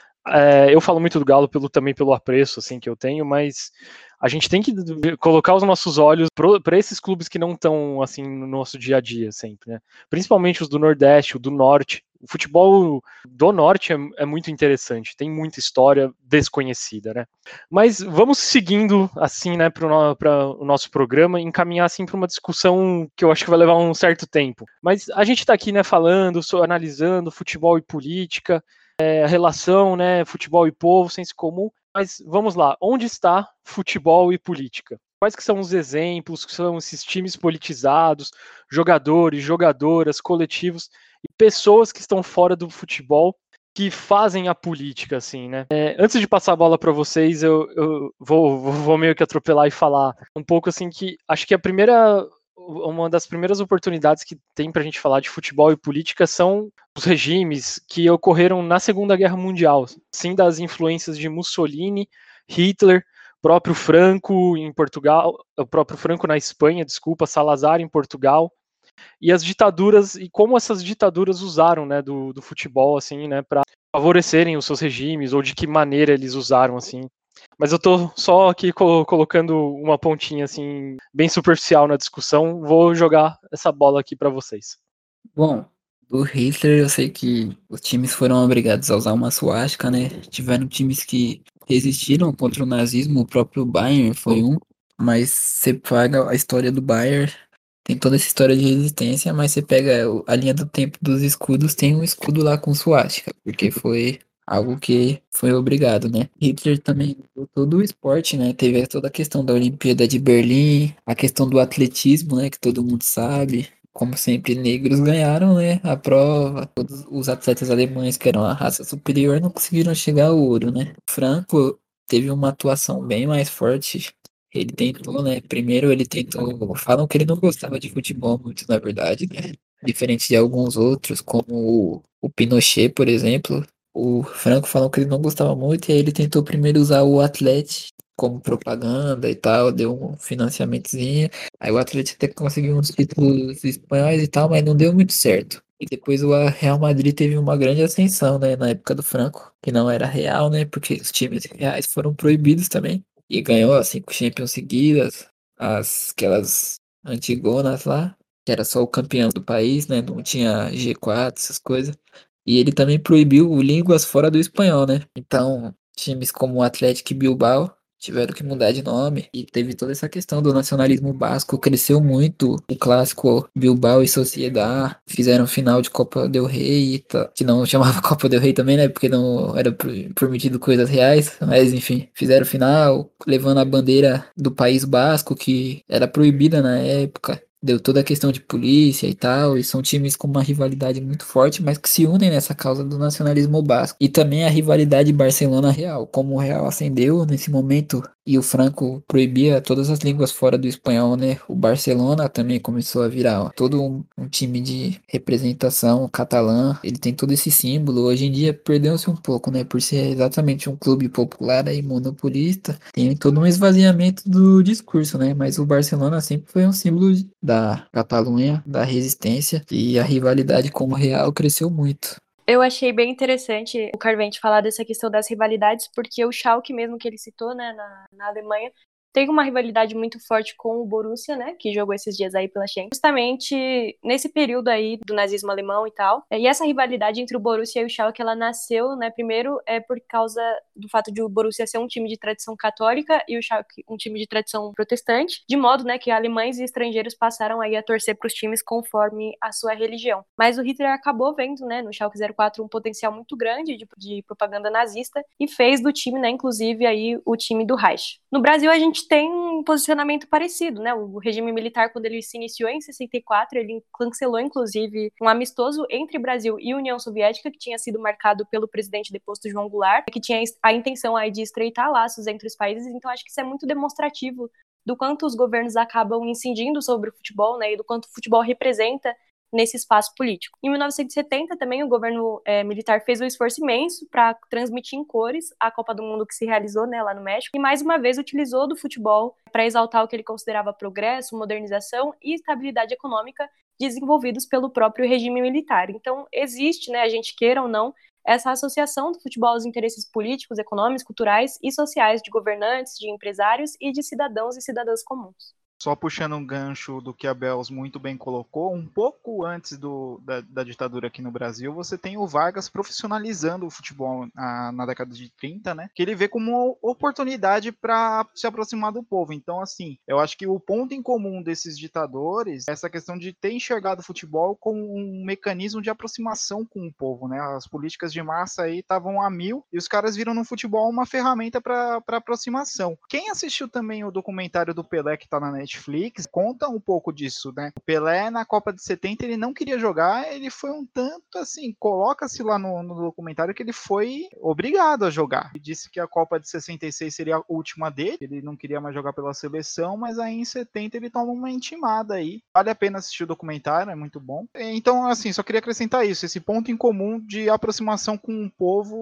É, eu falo muito do Galo pelo, também pelo apreço, assim, que eu tenho, mas a gente tem que colocar os nossos olhos para esses clubes que não estão, assim, no nosso dia a dia sempre, né? Principalmente os do Nordeste, o do Norte. O futebol do Norte é, é muito interessante, tem muita história desconhecida, né? Mas vamos seguindo, assim, né, para o nosso programa, encaminhar, assim, para uma discussão que eu acho que vai levar um certo tempo. Mas a gente está aqui, né, falando, analisando futebol e política, é, a relação, né, futebol e povo, senso comum. Mas vamos lá, onde está futebol e política? Quais que são os exemplos, que são esses times politizados, jogadores, jogadoras, coletivos e pessoas que estão fora do futebol que fazem a política, assim, né? É, antes de passar a bola para vocês, eu, eu vou, vou, vou meio que atropelar e falar um pouco, assim, que acho que a primeira, uma das primeiras oportunidades que tem para a gente falar de futebol e política são os regimes que ocorreram na Segunda Guerra Mundial, sim, das influências de Mussolini, Hitler, próprio Franco em Portugal, o próprio Franco na Espanha, desculpa, Salazar em Portugal, e as ditaduras, e como essas ditaduras usaram, né, do, do futebol, assim, né, para favorecerem os seus regimes, ou de que maneira eles usaram, assim, Mas eu tô só aqui co- colocando uma pontinha assim, bem superficial na discussão. Vou jogar essa bola aqui pra vocês. Bom, do Hitler eu sei que os times foram obrigados a usar uma suástica, né? Tiveram times que resistiram contra o nazismo, o próprio Bayern foi um, mas você paga a história do Bayern, tem toda essa história de resistência, mas você pega o- a linha do tempo dos escudos, tem um escudo lá com suástica, porque foi algo que foi obrigado, né? Hitler também mudou todo o esporte, né? Teve toda a questão da Olimpíada de Berlim, a questão do atletismo, né? Que todo mundo sabe. Como sempre, negros ganharam, né, a prova. Todos os atletas alemães, que eram a raça superior, não conseguiram chegar ao ouro, né? Franco teve uma atuação bem mais forte. Ele tentou, né? Primeiro ele tentou. Falam que ele não gostava de futebol muito, na verdade, né? Diferente de alguns outros, como o, o Pinochet, por exemplo. O Franco falou que ele não gostava muito, e aí ele tentou primeiro usar o Atlético como propaganda e tal, deu um financiamentozinho. Aí o Atlético até conseguiu uns títulos espanhóis e tal, mas não deu muito certo. E depois o Real Madrid teve uma grande ascensão, né, na época do Franco, que não era real, né, porque os times reais foram proibidos também. E ganhou as cinco Champions seguidas, as, aquelas antigonas lá, que era só o campeão do país, né, não tinha G quatro, essas coisas. E ele também proibiu línguas fora do espanhol, né? Então, times como o Atlético e Bilbao tiveram que mudar de nome e teve toda essa questão do nacionalismo basco, cresceu muito o clássico Bilbao e Sociedad, fizeram final de Copa del Rey, e tal, que não chamava Copa del Rey também, né, porque não era per- permitido coisas reais, mas enfim, fizeram final levando a bandeira do País Basco, que era proibida na época. Deu toda a questão de polícia e tal, e são times com uma rivalidade muito forte, mas que se unem nessa causa do nacionalismo basco. E também a rivalidade Barcelona-Real, como o Real ascendeu nesse momento e o Franco proibia todas as línguas fora do espanhol, né? O Barcelona também começou a virar ó, todo um, um time de representação catalã. Ele tem todo esse símbolo. Hoje em dia perdeu-se um pouco, né? Por ser exatamente um clube popular e monopolista, tem todo um esvaziamento do discurso, né? Mas o Barcelona sempre foi um símbolo da Catalunha, da resistência, e a rivalidade com o Real cresceu muito. Eu achei bem interessante o Carvente falar dessa questão das rivalidades, porque o Schalke mesmo que ele citou, né, na, na Alemanha, tem uma rivalidade muito forte com o Borussia, né, que jogou esses dias aí pela Champions, justamente nesse período aí do nazismo alemão e tal. E essa rivalidade entre o Borussia e o Schalke, ela nasceu, né, primeiro é por causa do fato de o Borussia ser um time de tradição católica e o Schalke um time de tradição protestante, de modo, né, que alemães e estrangeiros passaram aí a torcer para os times conforme a sua religião. Mas o Hitler acabou vendo, né, no Schalke zero quatro um potencial muito grande de, de propaganda nazista e fez do time, né, inclusive aí o time do Reich. No Brasil a gente tem um posicionamento parecido, né? O regime militar, quando ele se iniciou em sessenta e quatro, ele cancelou, inclusive, um amistoso entre Brasil e União Soviética, que tinha sido marcado pelo presidente deposto João Goulart, que tinha a intenção aí de estreitar laços entre os países. Então, acho que isso é muito demonstrativo do quanto os governos acabam incidindo sobre o futebol, né? E do quanto o futebol representa nesse espaço político. Em mil novecentos e setenta, também, o governo é, militar fez um esforço imenso para transmitir em cores a Copa do Mundo que se realizou, né, lá no México, e mais uma vez utilizou do futebol para exaltar o que ele considerava progresso, modernização e estabilidade econômica desenvolvidos pelo próprio regime militar. Então, existe, né, a gente queira ou não, essa associação do futebol aos interesses políticos, econômicos, culturais e sociais de governantes, de empresários e de cidadãos e cidadãs comuns. Só puxando um gancho do que a Bels muito bem colocou, um pouco antes do, da, da ditadura aqui no Brasil, você tem o Vargas profissionalizando o futebol na, na década de trinta, né? Que ele vê como uma oportunidade para se aproximar do povo. Então, assim, eu acho que o ponto em comum desses ditadores é essa questão de ter enxergado o futebol como um mecanismo de aproximação com o povo, né? As políticas de massa aí estavam a mil e os caras viram no futebol uma ferramenta para aproximação. Quem assistiu também o documentário do Pelé que tá na Netflix, conta um pouco disso, né? O Pelé na Copa de setenta, ele não queria jogar, ele foi um tanto assim, coloca-se lá no, no documentário que ele foi obrigado a jogar. Ele disse que a Copa de sessenta e seis seria a última dele, ele não queria mais jogar pela seleção, mas aí em setenta ele toma uma intimada aí. Vale a pena assistir o documentário, é muito bom. Então, assim, só queria acrescentar isso, esse ponto em comum de aproximação com o povo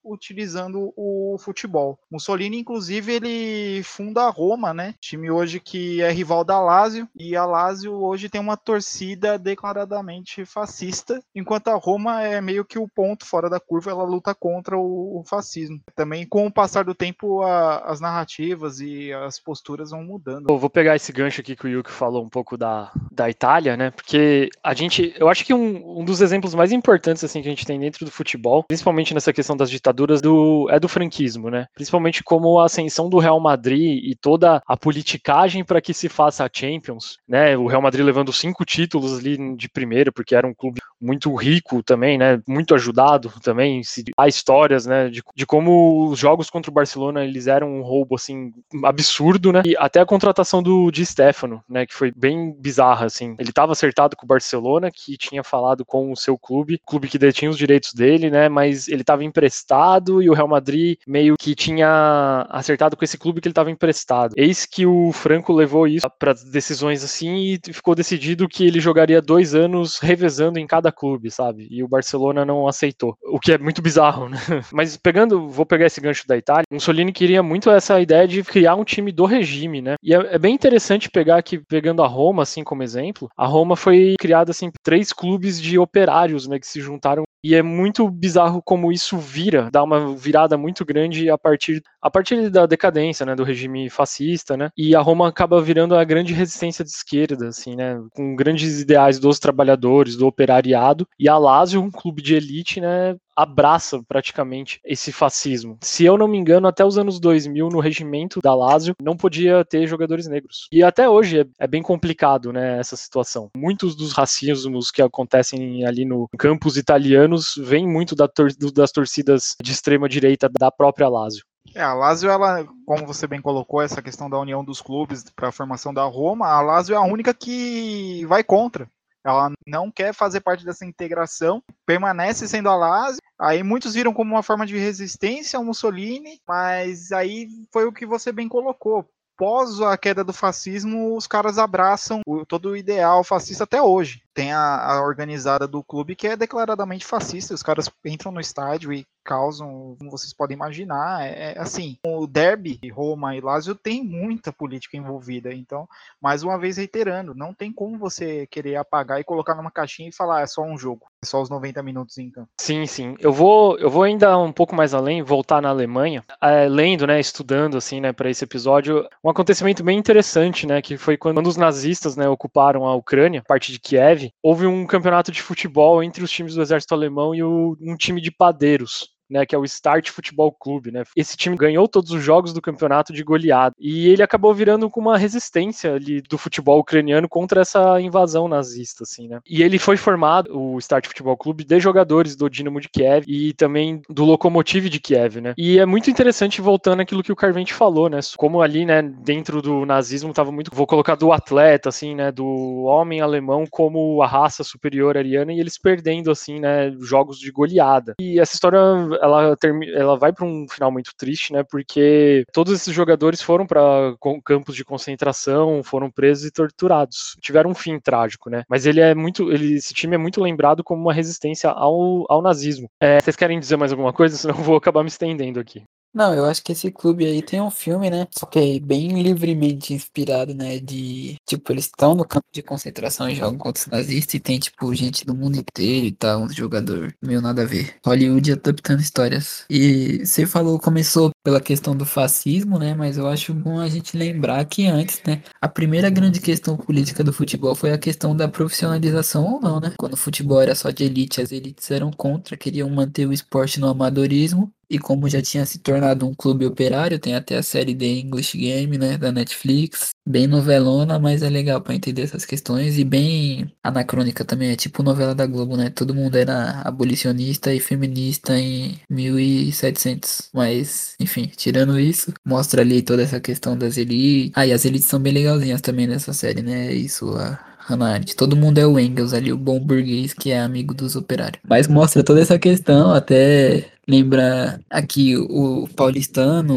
utilizando o futebol. Mussolini, inclusive, ele funda a Roma, né? Time hoje que é rival da Lazio, e a Lazio hoje tem uma torcida declaradamente fascista, enquanto a Roma é meio que o ponto fora da curva, ela luta contra o, o fascismo. Também, com o passar do tempo, a, as narrativas e as posturas vão mudando. Eu vou pegar esse gancho aqui que o Yuki falou um pouco da, da Itália, né? Porque a gente, eu acho que um, um dos exemplos mais importantes assim que a gente tem dentro do futebol, principalmente nessa questão das ditaduras, do, é do franquismo, né? Principalmente como a ascensão do Real Madrid e toda a politicagem para que se faça a Champions, né? O Real Madrid levando cinco títulos ali de primeira, porque era um clube muito rico também, né? Muito ajudado também. Há histórias, né? De, de como os jogos contra o Barcelona eles eram um roubo assim absurdo, né? E até a contratação do Di Stefano, né? Que foi bem bizarra, assim. Ele estava acertado com o Barcelona, que tinha falado com o seu clube, clube que detinha os direitos dele, né? Mas ele estava emprestado e o Real Madrid meio que tinha acertado com esse clube que ele estava emprestado. Eis que o Franco levou isso para decisões assim e ficou decidido que ele jogaria dois anos revezando em cada clube, sabe? E o Barcelona não aceitou, o que é muito bizarro, né? Mas pegando, vou pegar esse gancho da Itália, Mussolini queria muito essa ideia de criar um time do regime, né? E é, é bem interessante pegar aqui, pegando a Roma assim como exemplo, a Roma foi criada assim por três clubes de operários, né, que se juntaram. E é muito bizarro como isso vira, dá uma virada muito grande a partir, a partir da decadência, né, do regime fascista, né, e a Roma acaba virando a grande resistência de esquerda, assim, né, com grandes ideais dos trabalhadores, do operariado, e a Lazio, um clube de elite, né, abraça praticamente esse fascismo. Se eu não me engano, até os anos dois mil, no regimento da Lazio, não podia ter jogadores negros. E até hoje é, é bem complicado, né, essa situação. Muitos dos racismos que acontecem ali no campus italianos vêm muito da tor- das torcidas de extrema direita da própria Lazio. É, a Lazio, ela, como você bem colocou, essa questão da união dos clubes para a formação da Roma, a Lazio é a única que vai contra. Ela não quer fazer parte dessa integração, permanece sendo a Lazio. Aí muitos viram como uma forma de resistência ao Mussolini, mas aí foi o que você bem colocou. Pós a queda do fascismo, os caras abraçam o, todo o ideal fascista até hoje. Tem a, a organizada do clube que é declaradamente fascista. Os caras entram no estádio e causam, como vocês podem imaginar. É, é assim, o derby Roma e Lazio tem muita política envolvida. Então, mais uma vez reiterando, não tem como você querer apagar e colocar numa caixinha e falar, ah, é só um jogo, é só os noventa minutos em campo. Sim, sim. Eu vou, eu vou ainda um pouco mais além, voltar na Alemanha, é, lendo, né, estudando assim, né, para esse episódio, um acontecimento bem interessante, né, que foi quando os nazistas, né, ocuparam a Ucrânia, parte de Kiev, houve um campeonato de futebol entre os times do exército alemão e o, um time de padeiros, né, que é o Start Futebol Clube, né? Esse time ganhou todos os jogos do campeonato de goleada e ele acabou virando com uma resistência ali do futebol ucraniano contra essa invasão nazista, assim, né? E ele foi formado, o Start Futebol Clube, de jogadores do Dinamo de Kiev e também do Lokomotiv de Kiev, né? E é muito interessante, voltando àquilo que o Carvente falou, né? Como ali, né, dentro do nazismo tava muito, vou colocar do atleta, assim, né, do homem alemão como a raça superior ariana e eles perdendo, assim, né, jogos de goleada. E essa história ela, termi- ela vai para um final muito triste, né? Porque todos esses jogadores foram para campos de concentração, foram presos e torturados. Tiveram um fim trágico, né? Mas ele é muito, ele, esse time é muito lembrado como uma resistência ao, ao nazismo. É, vocês querem dizer mais alguma coisa? Senão eu vou acabar me estendendo aqui. Não, eu acho que esse clube aí tem um filme, né? Só que é bem livremente inspirado, né? De, tipo, eles estão no campo de concentração e jogam contra os nazistas e tem, tipo, gente do mundo inteiro e tal, uns jogadores meio nada a ver. Hollywood adaptando histórias. E você falou, começou pela questão do fascismo, né? Mas eu acho bom a gente lembrar que antes, né? A primeira grande questão política do futebol foi a questão da profissionalização ou não, né? Quando o futebol era só de elite, as elites eram contra, queriam manter o esporte no amadorismo. E como já tinha se tornado um clube operário, tem até a série The English Game, né, da Netflix. Bem novelona, mas é legal pra entender essas questões. E bem anacrônica também, é tipo novela da Globo, né? Todo mundo era abolicionista e feminista em mil e setecentos. Mas, enfim, tirando isso, mostra ali toda essa questão das elites. Ah, e as elites são bem legalzinhas também nessa série, né? Isso, a Hannah Arendt. Todo mundo é o Engels ali, o bom burguês que é amigo dos operários. Mas mostra toda essa questão, até lembra aqui o paulistano,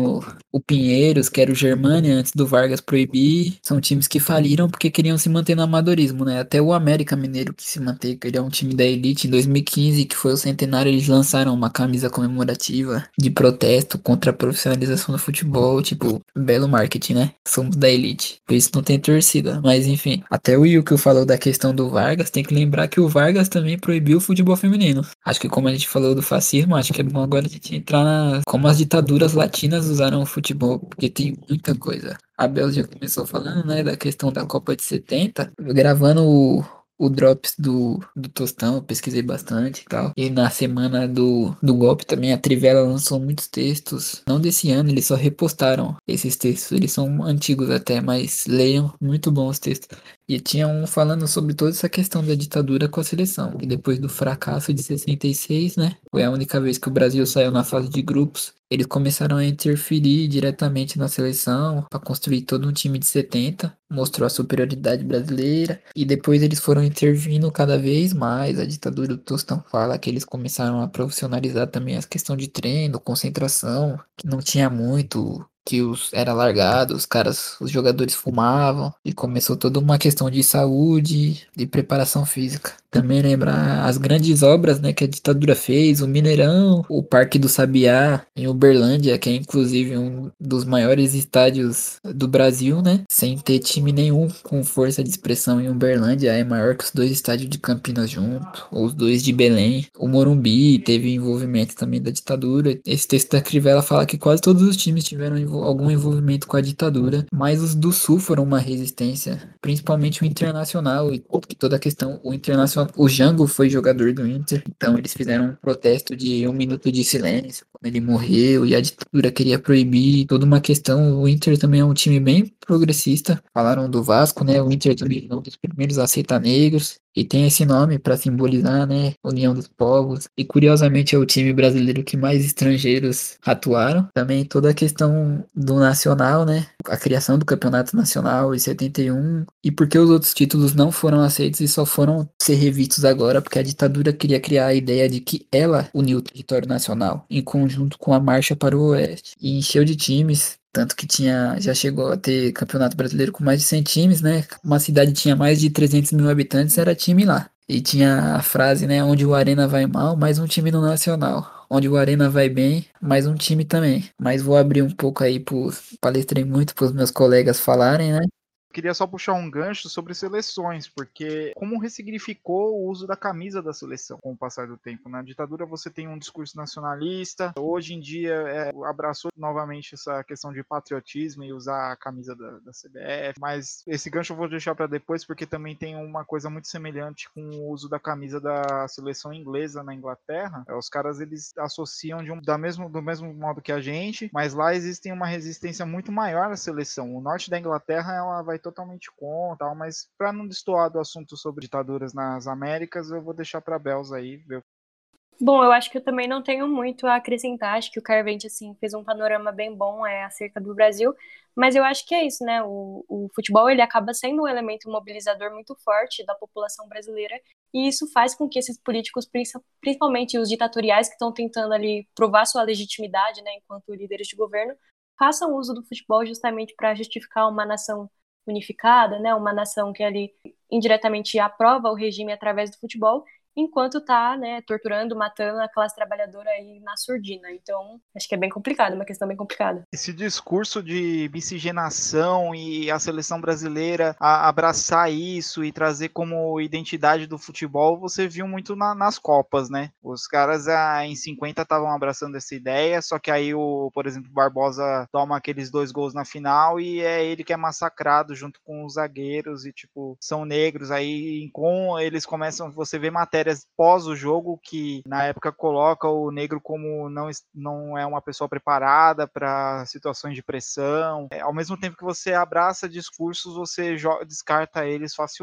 o Pinheiros, que era o Germânia, antes do Vargas proibir. São times que faliram porque queriam se manter no amadorismo, né? Até o América Mineiro que se manteve, que ele é um time da elite, em dois mil e quinze, que foi o centenário, eles lançaram uma camisa comemorativa de protesto contra a profissionalização do futebol, tipo, belo marketing, né? Somos da elite. Por isso não tem torcida. Mas enfim, até o Wilco falou da questão do Vargas, tem que lembrar que o Vargas também proibiu o futebol feminino. Acho que como a gente falou do fascismo, acho que é bom agora a gente entrar na... como as ditaduras latinas usaram o futebol, porque tem muita coisa. A Bel já começou falando, né, da questão da Copa de setenta, gravando o, o Drops do, do Tostão, eu pesquisei bastante e tal. E na semana do, do golpe também, a Trivela lançou muitos textos, não desse ano, eles só repostaram esses textos, eles são antigos até, mas leiam, muito bons os textos. E tinha um falando sobre toda essa questão da ditadura com a seleção, que depois do fracasso de sessenta e seis, né, foi a única vez que o Brasil saiu na fase de grupos. Eles começaram a interferir diretamente na seleção para construir todo um time de setenta, mostrou a superioridade brasileira e depois eles foram intervindo cada vez mais. A ditadura do Tostão fala que eles começaram a profissionalizar também a questão de treino, concentração, que não tinha muito, que os era largado, os caras, os jogadores fumavam e começou toda uma questão de saúde, de preparação física. Também lembrar as grandes obras, né, que a ditadura fez, o Mineirão, o Parque do Sabiá em Uberlândia, que é inclusive um dos maiores estádios do Brasil, né, sem ter time nenhum com força de expressão em Uberlândia, é maior que os dois estádios de Campinas junto, ou os dois de Belém. O Morumbi teve envolvimento também da ditadura. Esse texto da Crivella fala que quase todos os times tiveram envol- algum envolvimento com a ditadura, mas os do Sul foram uma resistência, principalmente o Internacional, e que toda a questão, o Internacional, o Jango foi jogador do Inter, então eles fizeram um protesto de um minuto de silêncio quando ele morreu, e a ditadura queria proibir toda uma questão. O Inter também é um time bem progressista, falaram do Vasco, né, o Inter também é um dos primeiros a aceitar negros, e tem esse nome para simbolizar, né, União dos Povos. E curiosamente é o time brasileiro que mais estrangeiros atuaram. Também toda a questão do nacional, né, a criação do campeonato nacional em setenta e um. E por que os outros títulos não foram aceitos e só foram ser revistos agora? Porque a ditadura queria criar a ideia de que ela uniu o território nacional em conjunto com a Marcha para o Oeste. E encheu de times. Tanto que tinha, já chegou a ter campeonato brasileiro com mais de cem times, né? Uma cidade tinha mais de trezentos mil habitantes, era time lá. E tinha a frase, né? Onde o Arena vai mal, mais um time no Nacional. Onde o Arena vai bem, mais um time também. Mas vou abrir um pouco aí, pros, palestrei muito para os meus colegas falarem, né? Queria só puxar um gancho sobre seleções, porque como ressignificou o uso da camisa da seleção com o passar do tempo. Na ditadura você tem um discurso nacionalista, hoje em dia é, abraçou novamente essa questão de patriotismo e usar a camisa da, da C B F, mas esse gancho eu vou deixar para depois, porque também tem uma coisa muito semelhante com o uso da camisa da seleção inglesa na Inglaterra. É, os caras eles associam de um, da mesmo, do mesmo modo que a gente, mas lá existe uma resistência muito maior à seleção. O norte da Inglaterra ela vai totalmente contra, mas para não destoar do assunto sobre ditaduras nas Américas, eu vou deixar para Belza aí ver. Bom, eu acho que eu também não tenho muito a acrescentar, acho que o Carvente, assim, fez um panorama bem bom é, acerca do Brasil, mas eu acho que é isso, né, o, o futebol, ele acaba sendo um elemento mobilizador muito forte da população brasileira, e isso faz com que esses políticos, principalmente os ditatoriais que estão tentando ali provar sua legitimidade, né, enquanto líderes de governo, façam uso do futebol justamente para justificar uma nação unificada, né, uma nação que ali indiretamente aprova o regime através do futebol, enquanto está, né, torturando, matando a classe trabalhadora aí na surdina. Então, acho que é bem complicado, uma questão bem complicada. Esse discurso de miscigenação e a seleção brasileira a abraçar isso e trazer como identidade do futebol, você viu muito na, nas Copas, né? Os caras ah, em cinquenta estavam abraçando essa ideia, só que aí, o, por exemplo, o Barbosa toma aqueles dois gols na final e é ele que é massacrado junto com os zagueiros e, tipo, são negros. Aí, com eles começam, você vê matérias pós o jogo que na época coloca o negro como não, não é uma pessoa preparada para situações de pressão. É, ao mesmo tempo que você abraça discursos, você descarta eles facilmente.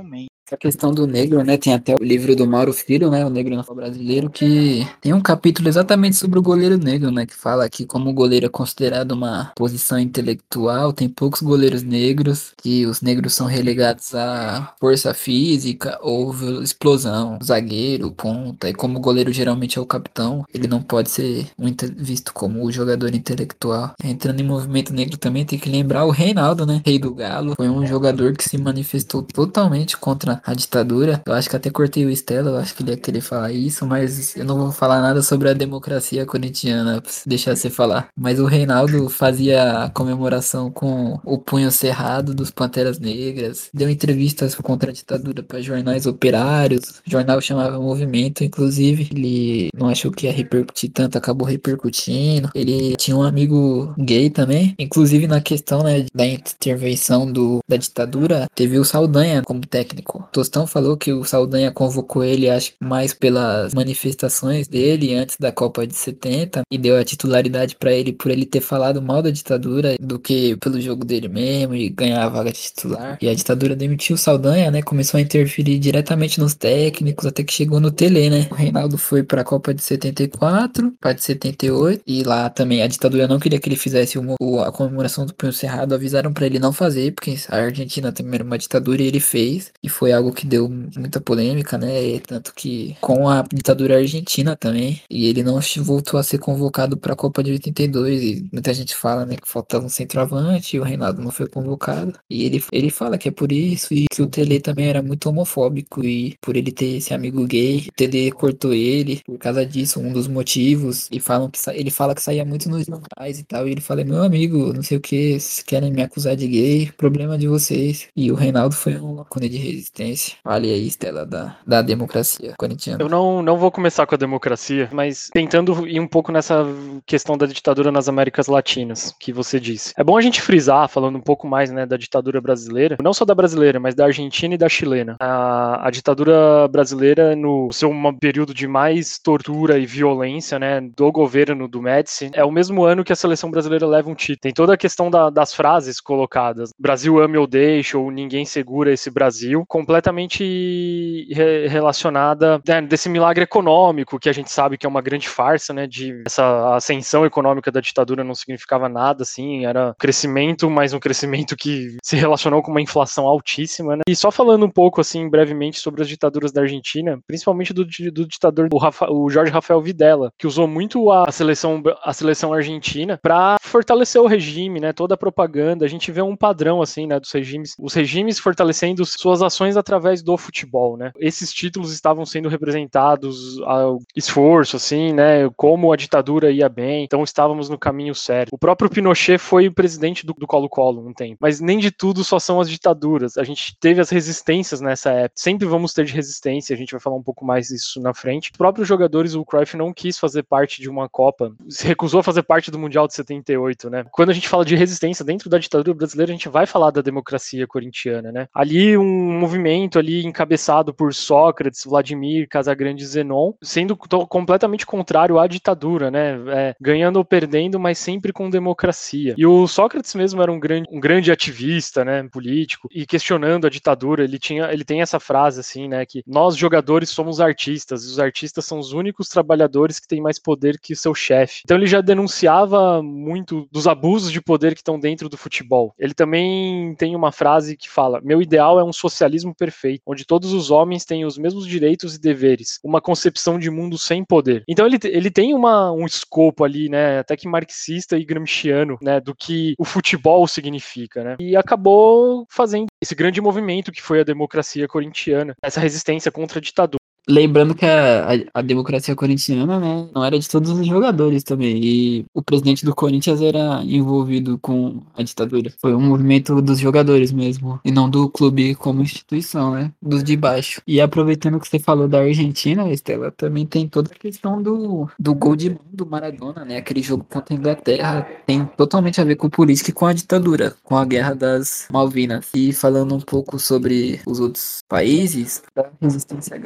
Essa questão do negro, né? Tem até o livro do Mauro Filho, né? O Negro Nacional Brasileiro, que tem um capítulo exatamente sobre o goleiro negro, né? Que fala que como o goleiro é considerado uma posição intelectual, tem poucos goleiros negros, que os negros são relegados à força física ou explosão, zagueiro, ponta, e como o goleiro geralmente é o capitão, ele não pode ser muito visto como o jogador intelectual. Entrando em movimento negro também tem que lembrar o Reinaldo, né? Rei do Galo, foi um jogador que se manifestou totalmente contra a ditadura. Eu acho que até cortei o Stella, eu acho que ele ia querer falar isso, mas eu não vou falar nada sobre a democracia corintiana, pra deixar você falar. Mas o Reinaldo fazia a comemoração com o punho cerrado dos Panteras Negras, deu entrevistas contra a ditadura para jornais operários, o jornal chamava Movimento, inclusive. Ele não achou que ia repercutir tanto, acabou repercutindo. Ele tinha um amigo gay também, inclusive na questão, né, da intervenção do, da ditadura, teve o Saldanha como técnico. Tostão falou que o Saldanha convocou ele, acho que mais pelas manifestações dele antes da Copa de setenta, e deu a titularidade para ele por ele ter falado mal da ditadura do que pelo jogo dele mesmo e ganhar a vaga de titular. E a ditadura demitiu o Saldanha, né? Começou a interferir diretamente nos técnicos até que chegou no Tele, né? O Reinaldo foi para a Copa de setenta e quatro, para de setenta e oito, e lá também a ditadura não queria que ele fizesse uma, a comemoração do punho cerrado, avisaram para ele não fazer, porque a Argentina também era uma ditadura e ele fez, e foi algo que deu muita polêmica, né? E tanto que com a ditadura argentina também, e ele não voltou a ser convocado para a Copa de oitenta e dois, e muita gente fala, né, que faltava um centroavante e o Reinaldo não foi convocado, e ele, ele fala que é por isso, e que o Tele também era muito homofóbico, e por ele ter esse amigo gay, o Tele cortou ele por causa disso, um dos motivos, e falam que ele fala que saía muito nos jornais e tal, e ele fala, meu amigo, não sei o que, vocês querem me acusar de gay, problema de vocês. E o Reinaldo foi um cone de resistência. Olha aí, Estela, da, da democracia corintiana. Eu não, não vou começar com a democracia, mas tentando ir um pouco nessa questão da ditadura nas Américas Latinas, que você disse. É bom a gente frisar, falando um pouco mais, né, da ditadura brasileira, não só da brasileira, mas da argentina e da chilena. A, a ditadura brasileira, no seu um período de mais tortura e violência, né, do governo do Médici, é o mesmo ano que a seleção brasileira leva um título. Tem toda a questão da, das frases colocadas. Brasil ame ou deixa, ou ninguém segura esse Brasil, completamente re relacionada, né, desse milagre econômico, que a gente sabe que é uma grande farsa, né, de essa ascensão econômica da ditadura não significava nada, assim, era crescimento, mas um crescimento que se relacionou com uma inflação altíssima, né. E só falando um pouco, assim, brevemente sobre as ditaduras da Argentina, principalmente do, do ditador, o, Rafa, o Jorge Rafael Videla, que usou muito a seleção, a seleção argentina para fortalecer o regime, né, toda a propaganda. A gente vê um padrão, assim, né, dos regimes, os regimes fortalecendo suas ações através do futebol, né. Esses títulos estavam sendo representados ao esforço, assim, né, como a ditadura ia bem, então estávamos no caminho certo. O próprio Pinochet foi o presidente do, do Colo-Colo um tempo, mas nem de tudo só são as ditaduras. A gente teve as resistências nessa época, sempre vamos ter de resistência, a gente vai falar um pouco mais disso na frente. Os próprios jogadores, o Cruyff não quis fazer parte de uma Copa, se recusou a fazer parte do Mundial de setenta e oito, né. Quando a gente fala de resistência dentro da ditadura brasileira, a gente vai falar da democracia corintiana, né. Ali um movimento ali encabeçado por Sócrates, Vladimir, Casagrande e Zenon, sendo completamente contrário à ditadura, né, é, ganhando ou perdendo, mas sempre com democracia. E o Sócrates mesmo era um grande, um grande ativista, né, político, e questionando a ditadura, ele tinha, ele tem essa frase assim, né, que nós jogadores somos artistas, e os artistas são os únicos trabalhadores que têm mais poder que o seu chefe. Então ele já denunciava muito dos abusos de poder que estão dentro do futebol. Ele também tem uma frase que fala: meu ideal é um socialismo perfeito, onde todos os homens têm os mesmos direitos e deveres, uma concepção de mundo sem poder. Então ele, ele tem uma, um escopo ali, né, até que marxista e gramsciano, né, do que o futebol significa, né, e acabou fazendo esse grande movimento que foi a democracia corintiana, essa resistência contra a ditadura. Lembrando que a, a, a democracia corintiana, né, não era de todos os jogadores também, e o presidente do Corinthians era envolvido com a ditadura. Foi um movimento dos jogadores mesmo, e não do clube como instituição, né, dos de baixo. E aproveitando que você falou da Argentina, Estela, também tem toda a questão do, do gol de mão do Maradona, né, aquele jogo contra a Inglaterra tem totalmente a ver com política e com a ditadura, com a Guerra das Malvinas. E falando um pouco sobre os outros países da resistência gaúcha, né,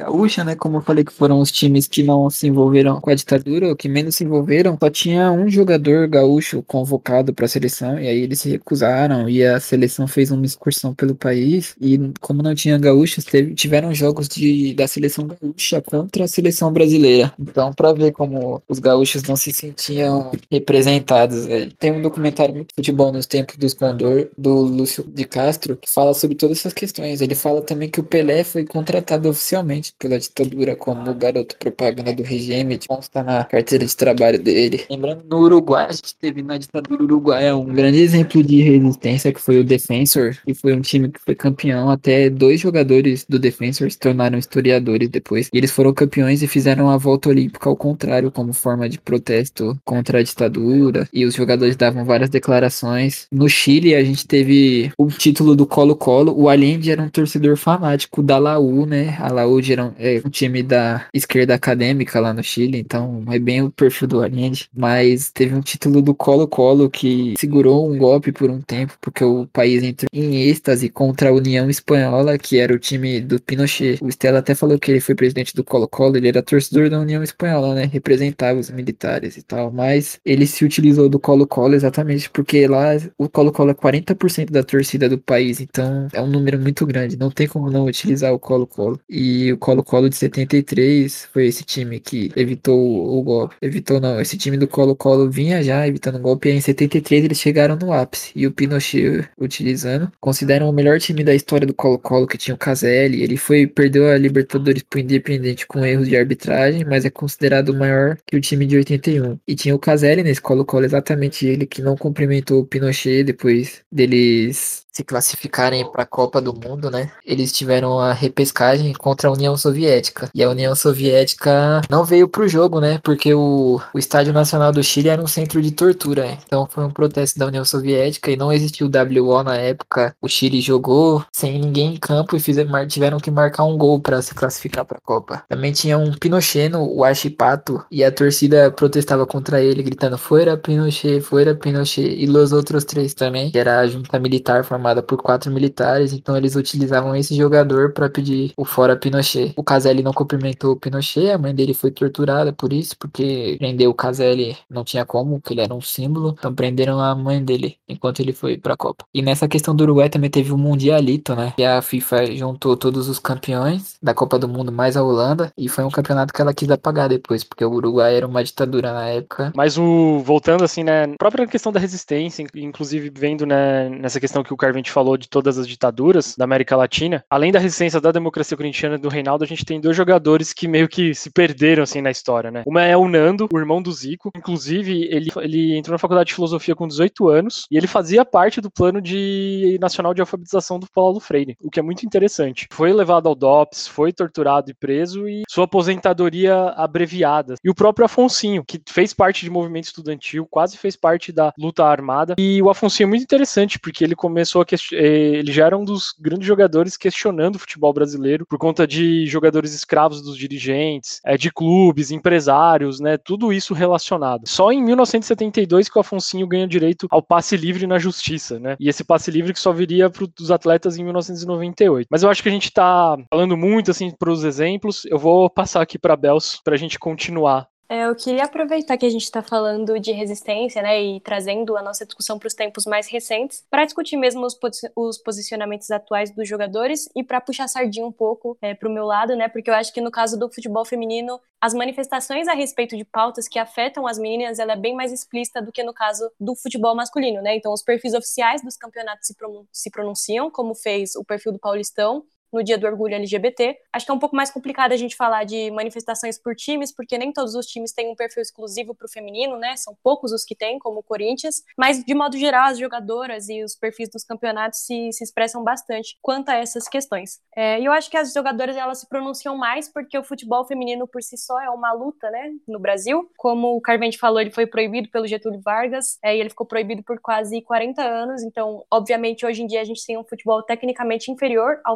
né? Como eu falei que foram os times que não se envolveram com a ditadura, ou que menos se envolveram, só tinha um jogador gaúcho convocado para a seleção, e aí eles se recusaram, e a seleção fez uma excursão pelo país, e como não tinha gaúchos, teve, tiveram jogos de, da seleção gaúcha contra a seleção brasileira. Então, para ver como os gaúchos não se sentiam representados, velho. Tem um documentário muito futebol nos tempos dos Condor, do Lúcio de Castro, que fala sobre todas essas questões. Ele fala também que o Pelé foi contratado oficialmente pela ditadura como garoto propaganda do regime, que consta na carteira de trabalho dele. Lembrando, no Uruguai, a gente teve na ditadura uruguaia um grande exemplo de resistência, que foi o Defensor, que foi um time que foi campeão. Até dois jogadores do Defensor se tornaram historiadores depois. E eles foram campeões e fizeram a volta olímpica ao contrário, como forma de protesto contra a ditadura. E os jogadores davam várias declarações. No Chile, a gente teve o título do Colo-Colo. O Allende era um torcedor fanático da Laú, né? A Laú era um, é, um time da esquerda acadêmica lá no Chile, então é bem o perfil do Allende. Mas teve um título do Colo-Colo que segurou um golpe por um tempo, porque o país entrou em êxtase contra a União Espanhola, que era o time do Pinochet. O Stella até falou que ele foi presidente do Colo-Colo, ele era torcedor da União Espanhola, né? Representava os militares e tal, mas ele se utilizou do Colo-Colo exatamente porque lá o Colo-Colo é quarenta por cento da torcida do país, então é um número muito grande, não tem como não utilizar o Colo-Colo. E o Colo-Colo de setenta e três foi esse time que evitou o golpe. Evitou não, esse time do Colo-Colo vinha já evitando o golpe, e aí em setenta e três eles chegaram no ápice, e o Pinochet utilizando. Consideram o melhor time da história do Colo-Colo, que tinha o Caselli. Ele foi, perdeu a Libertadores pro Independente com erros de arbitragem, mas é considerado maior que o time de oitenta e um. E tinha o Caselli nesse Colo-Colo, exatamente ele que não cumprimentou o Pinochet depois deles se classificarem para a Copa do Mundo, né? Eles tiveram a repescagem contra a União Soviética. E a União Soviética não veio pro jogo, né? Porque o, o Estádio Nacional do Chile era um centro de tortura. Então foi um protesto da União Soviética e não existiu o W O na época. O Chile jogou sem ninguém em campo e fizeram, tiveram que marcar um gol para se classificar para a Copa. Também tinha um Pinochet no Huachipato e a torcida protestava contra ele, gritando "Fuera Pinochet, fuera Pinochet", e os outros três também, que era a junta militar formada por quatro militares, então eles utilizavam esse jogador para pedir o fora Pinochet. O Caselli não cumprimentou o Pinochet, a mãe dele foi torturada por isso, porque prender o Caselli não tinha como, porque ele era um símbolo, então prenderam a mãe dele enquanto ele foi pra Copa. E nessa questão do Uruguai também teve o Mundialito, né, que a FIFA juntou todos os campeões da Copa do Mundo mais a Holanda, e foi um campeonato que ela quis apagar depois, porque o Uruguai era uma ditadura na época. Mas o voltando assim, né, a própria questão da resistência, inclusive vendo, né, nessa questão que o Carvente falou de todas as ditaduras da América Latina, além da resistência da democracia corintiana e do Reinaldo, a gente tem dois jogadores que meio que se perderam assim na história, né? Uma é o Nando, o irmão do Zico. Inclusive, ele, ele entrou na faculdade de filosofia com dezoito anos e ele fazia parte do plano de nacional de alfabetização do Paulo Freire, o que é muito interessante. Foi levado ao D O P S, foi torturado e preso e sua aposentadoria abreviada. E o próprio Afonsinho, que fez parte de movimento estudantil, quase fez parte da luta armada. E o Afonsinho é muito interessante porque ele começou a question... ele já era um dos grandes jogadores questionando o futebol brasileiro por conta de jogadores escravos dos dirigentes, de clubes, empresários, né, tudo isso relacionado. Só em mil novecentos e setenta e dois que o Afonsinho ganha direito ao passe livre na justiça, né, e esse passe livre que só viria para os atletas em mil novecentos e noventa e oito. Mas eu acho que a gente está falando muito assim para os exemplos, eu vou passar aqui para a Bels para a gente continuar. Eu queria aproveitar que a gente está falando de resistência, né, e trazendo a nossa discussão para os tempos mais recentes, para discutir mesmo os, posi- os posicionamentos atuais dos jogadores e para puxar a sardinha um pouco é, para o meu lado, né, porque eu acho que no caso do futebol feminino, as manifestações a respeito de pautas que afetam as meninas, ela é bem mais explícita do que no caso do futebol masculino, né, então os perfis oficiais dos campeonatos se, pronun- se pronunciam, como fez o perfil do Paulistão, no Dia do Orgulho L G B T. Acho que é um pouco mais complicado a gente falar de manifestações por times, porque nem todos os times têm um perfil exclusivo para o feminino, né? São poucos os que têm, como o Corinthians. Mas, de modo geral, as jogadoras e os perfis dos campeonatos se, se expressam bastante quanto a essas questões. É, e eu acho que as jogadoras, elas se pronunciam mais porque o futebol feminino por si só é uma luta, né? No Brasil. Como o Carvente falou, ele foi proibido pelo Getúlio Vargas, é, e ele ficou proibido por quase quarenta anos. Então, obviamente, hoje em dia a gente tem um futebol tecnicamente inferior ao futebol masculino,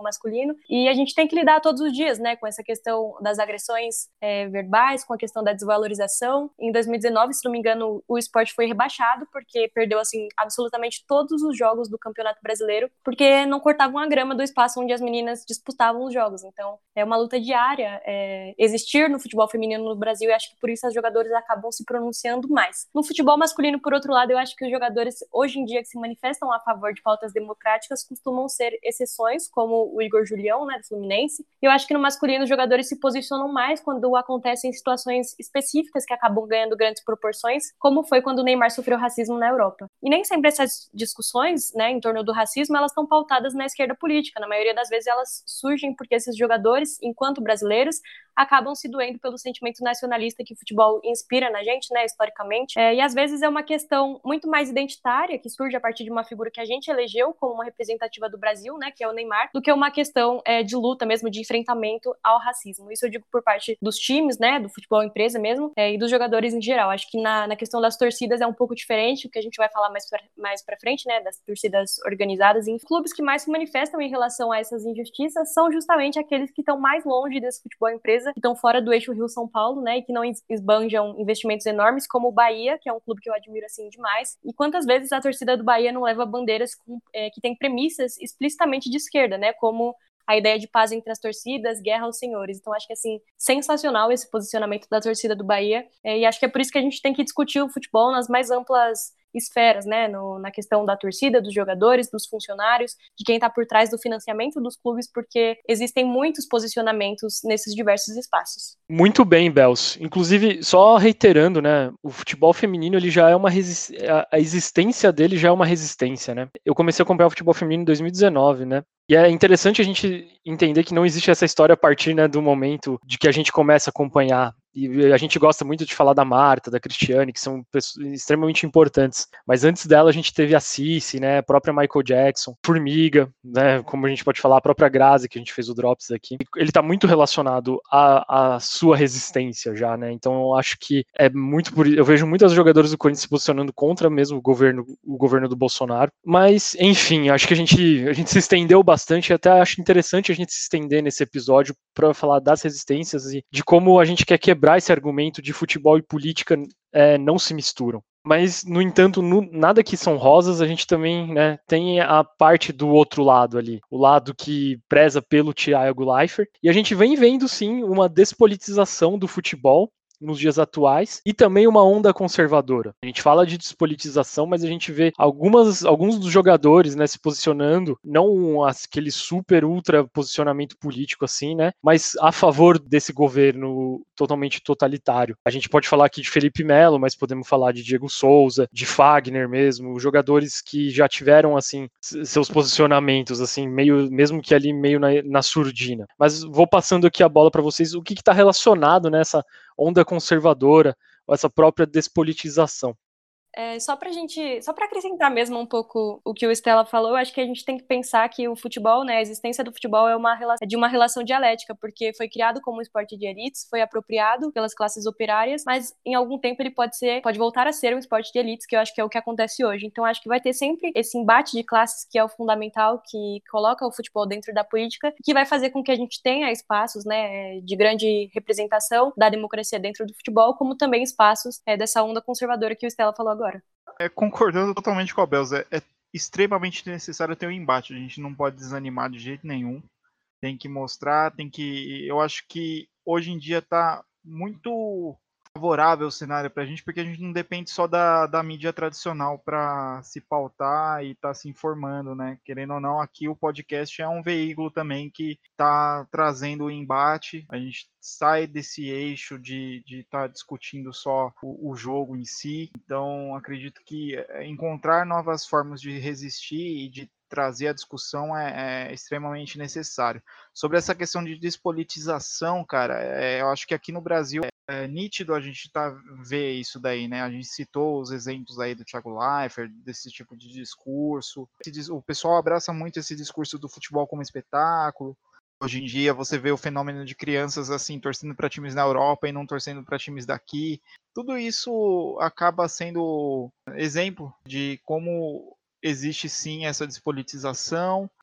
masculino, e a gente tem que lidar todos os dias, né, com essa questão das agressões é, verbais, com a questão da desvalorização. Em dois mil e dezenove, se não me engano, o esporte foi rebaixado, porque perdeu, assim, absolutamente todos os jogos do Campeonato Brasileiro, porque não cortavam a grama do espaço onde as meninas disputavam os jogos. Então, é uma luta diária é, existir no futebol feminino no Brasil, e acho que por isso as jogadoras acabam se pronunciando mais. No futebol masculino, por outro lado, eu acho que os jogadores, hoje em dia, que se manifestam a favor de pautas democráticas, costumam ser exceções, como o Igor Julião, né, do Fluminense. E eu acho que no masculino os jogadores se posicionam mais quando acontecem situações específicas que acabam ganhando grandes proporções, como foi quando o Neymar sofreu racismo na Europa. E nem sempre essas discussões, né, em torno do racismo, elas estão pautadas na esquerda política. Na maioria das vezes elas surgem porque esses jogadores, enquanto brasileiros, acabam se doendo pelo sentimento nacionalista que o futebol inspira na gente, né, historicamente. É, e às vezes é uma questão muito mais identitária, que surge a partir de uma figura que a gente elegeu como uma representativa do Brasil, né, que é o Neymar, do que uma questão é, de luta mesmo, de enfrentamento ao racismo. Isso eu digo por parte dos times, né, do futebol empresa mesmo, é, e dos jogadores em geral. Acho que na, na questão das torcidas é um pouco diferente, o que a gente vai falar mais pra, mais pra frente, né, das torcidas organizadas. E clubes que mais se manifestam em relação a essas injustiças são justamente aqueles que estão mais longe desse futebol empresa, que estão fora do eixo Rio-São Paulo, né, e que não esbanjam investimentos enormes, como o Bahia, que é um clube que eu admiro, assim, demais. E quantas vezes a torcida do Bahia não leva bandeiras com, é, que têm premissas explicitamente de esquerda, né, como a ideia de paz entre as torcidas, guerra aos senhores. Então, acho que, assim, sensacional esse posicionamento da torcida do Bahia, é, e acho que é por isso que a gente tem que discutir o futebol nas mais amplas esferas, né, no, na questão da torcida, dos jogadores, dos funcionários, de quem está por trás do financiamento dos clubes, porque existem muitos posicionamentos nesses diversos espaços. Muito bem, Bels. Inclusive, só reiterando, né, o futebol feminino, ele já é uma resist... a existência dele já é uma resistência, né? Eu comecei a acompanhar o futebol feminino em dois mil e dezenove, né? E é interessante a gente entender que não existe essa história a partir, né, do momento de que a gente começa a acompanhar. E a gente gosta muito de falar da Marta, da Cristiane, que são pessoas extremamente importantes. Mas antes dela a gente teve a Cici, né, a própria Michael Jackson, Formiga, né, como a gente pode falar, a própria Grazi, que a gente fez o Drops aqui. Ele está muito relacionado à, à sua resistência já, né? Então eu acho que é muito por eu vejo muitos jogadores do Corinthians se posicionando contra mesmo o governo, o governo do Bolsonaro. Mas, enfim, acho que a gente, a gente se estendeu bastante, e até acho interessante a gente se estender nesse episódio para falar das resistências e de como a gente quer quebrar esse argumento de futebol e política é, não se misturam. Mas, no entanto, no, nada que são rosas, a gente também, né, tem a parte do outro lado ali, o lado que preza pelo Thiago Leifert, e a gente vem vendo, sim, uma despolitização do futebol nos dias atuais, e também uma onda conservadora. A gente fala de despolitização, mas a gente vê algumas, alguns dos jogadores, né, se posicionando, não aquele super ultra posicionamento político assim, né, mas a favor desse governo totalmente totalitário. A gente pode falar aqui de Felipe Melo, mas podemos falar de Diego Souza, de Fagner mesmo, jogadores que já tiveram, assim, seus posicionamentos, assim, meio, mesmo que ali meio na, na surdina. Mas vou passando aqui a bola para vocês, o que está relacionado nessa onda conservadora, ou essa própria despolitização. É, só pra gente, só para acrescentar mesmo um pouco o que o Stella falou, acho que a gente tem que pensar que o futebol, né, a existência do futebol é uma relação, é de uma relação dialética, porque foi criado como um esporte de elites, foi apropriado pelas classes operárias, mas em algum tempo ele pode ser, pode voltar a ser um esporte de elites, que eu acho que é o que acontece hoje. Então acho que vai ter sempre esse embate de classes que é o fundamental, que coloca o futebol dentro da política, que vai fazer com que a gente tenha espaços, né, de grande representação da democracia dentro do futebol, como também espaços é, dessa onda conservadora que o Stella falou agora. É, concordando totalmente com a Bels, é, é extremamente necessário ter um embate. A gente não pode desanimar de jeito nenhum. Tem que mostrar, tem que. Eu acho que hoje em dia está muito favorável o cenário para a gente, porque a gente não depende só da, da mídia tradicional para se pautar e estar tá se informando, né? Querendo ou não, aqui o podcast é um veículo também que está trazendo o embate. A gente sai desse eixo de estar tá discutindo só o, o jogo em si. Então, acredito que encontrar novas formas de resistir e de trazer a discussão é, é extremamente necessário. Sobre essa questão de despolitização, cara, é, eu acho que aqui no Brasil é, é nítido a gente tá, ver isso daí, né? A gente citou os exemplos aí do Thiago Leifert, desse tipo de discurso. O pessoal abraça muito esse discurso do futebol como espetáculo. Hoje em dia você vê o fenômeno de crianças assim torcendo para times na Europa e não torcendo para times daqui. Tudo isso acaba sendo exemplo de como existe sim essa despolitização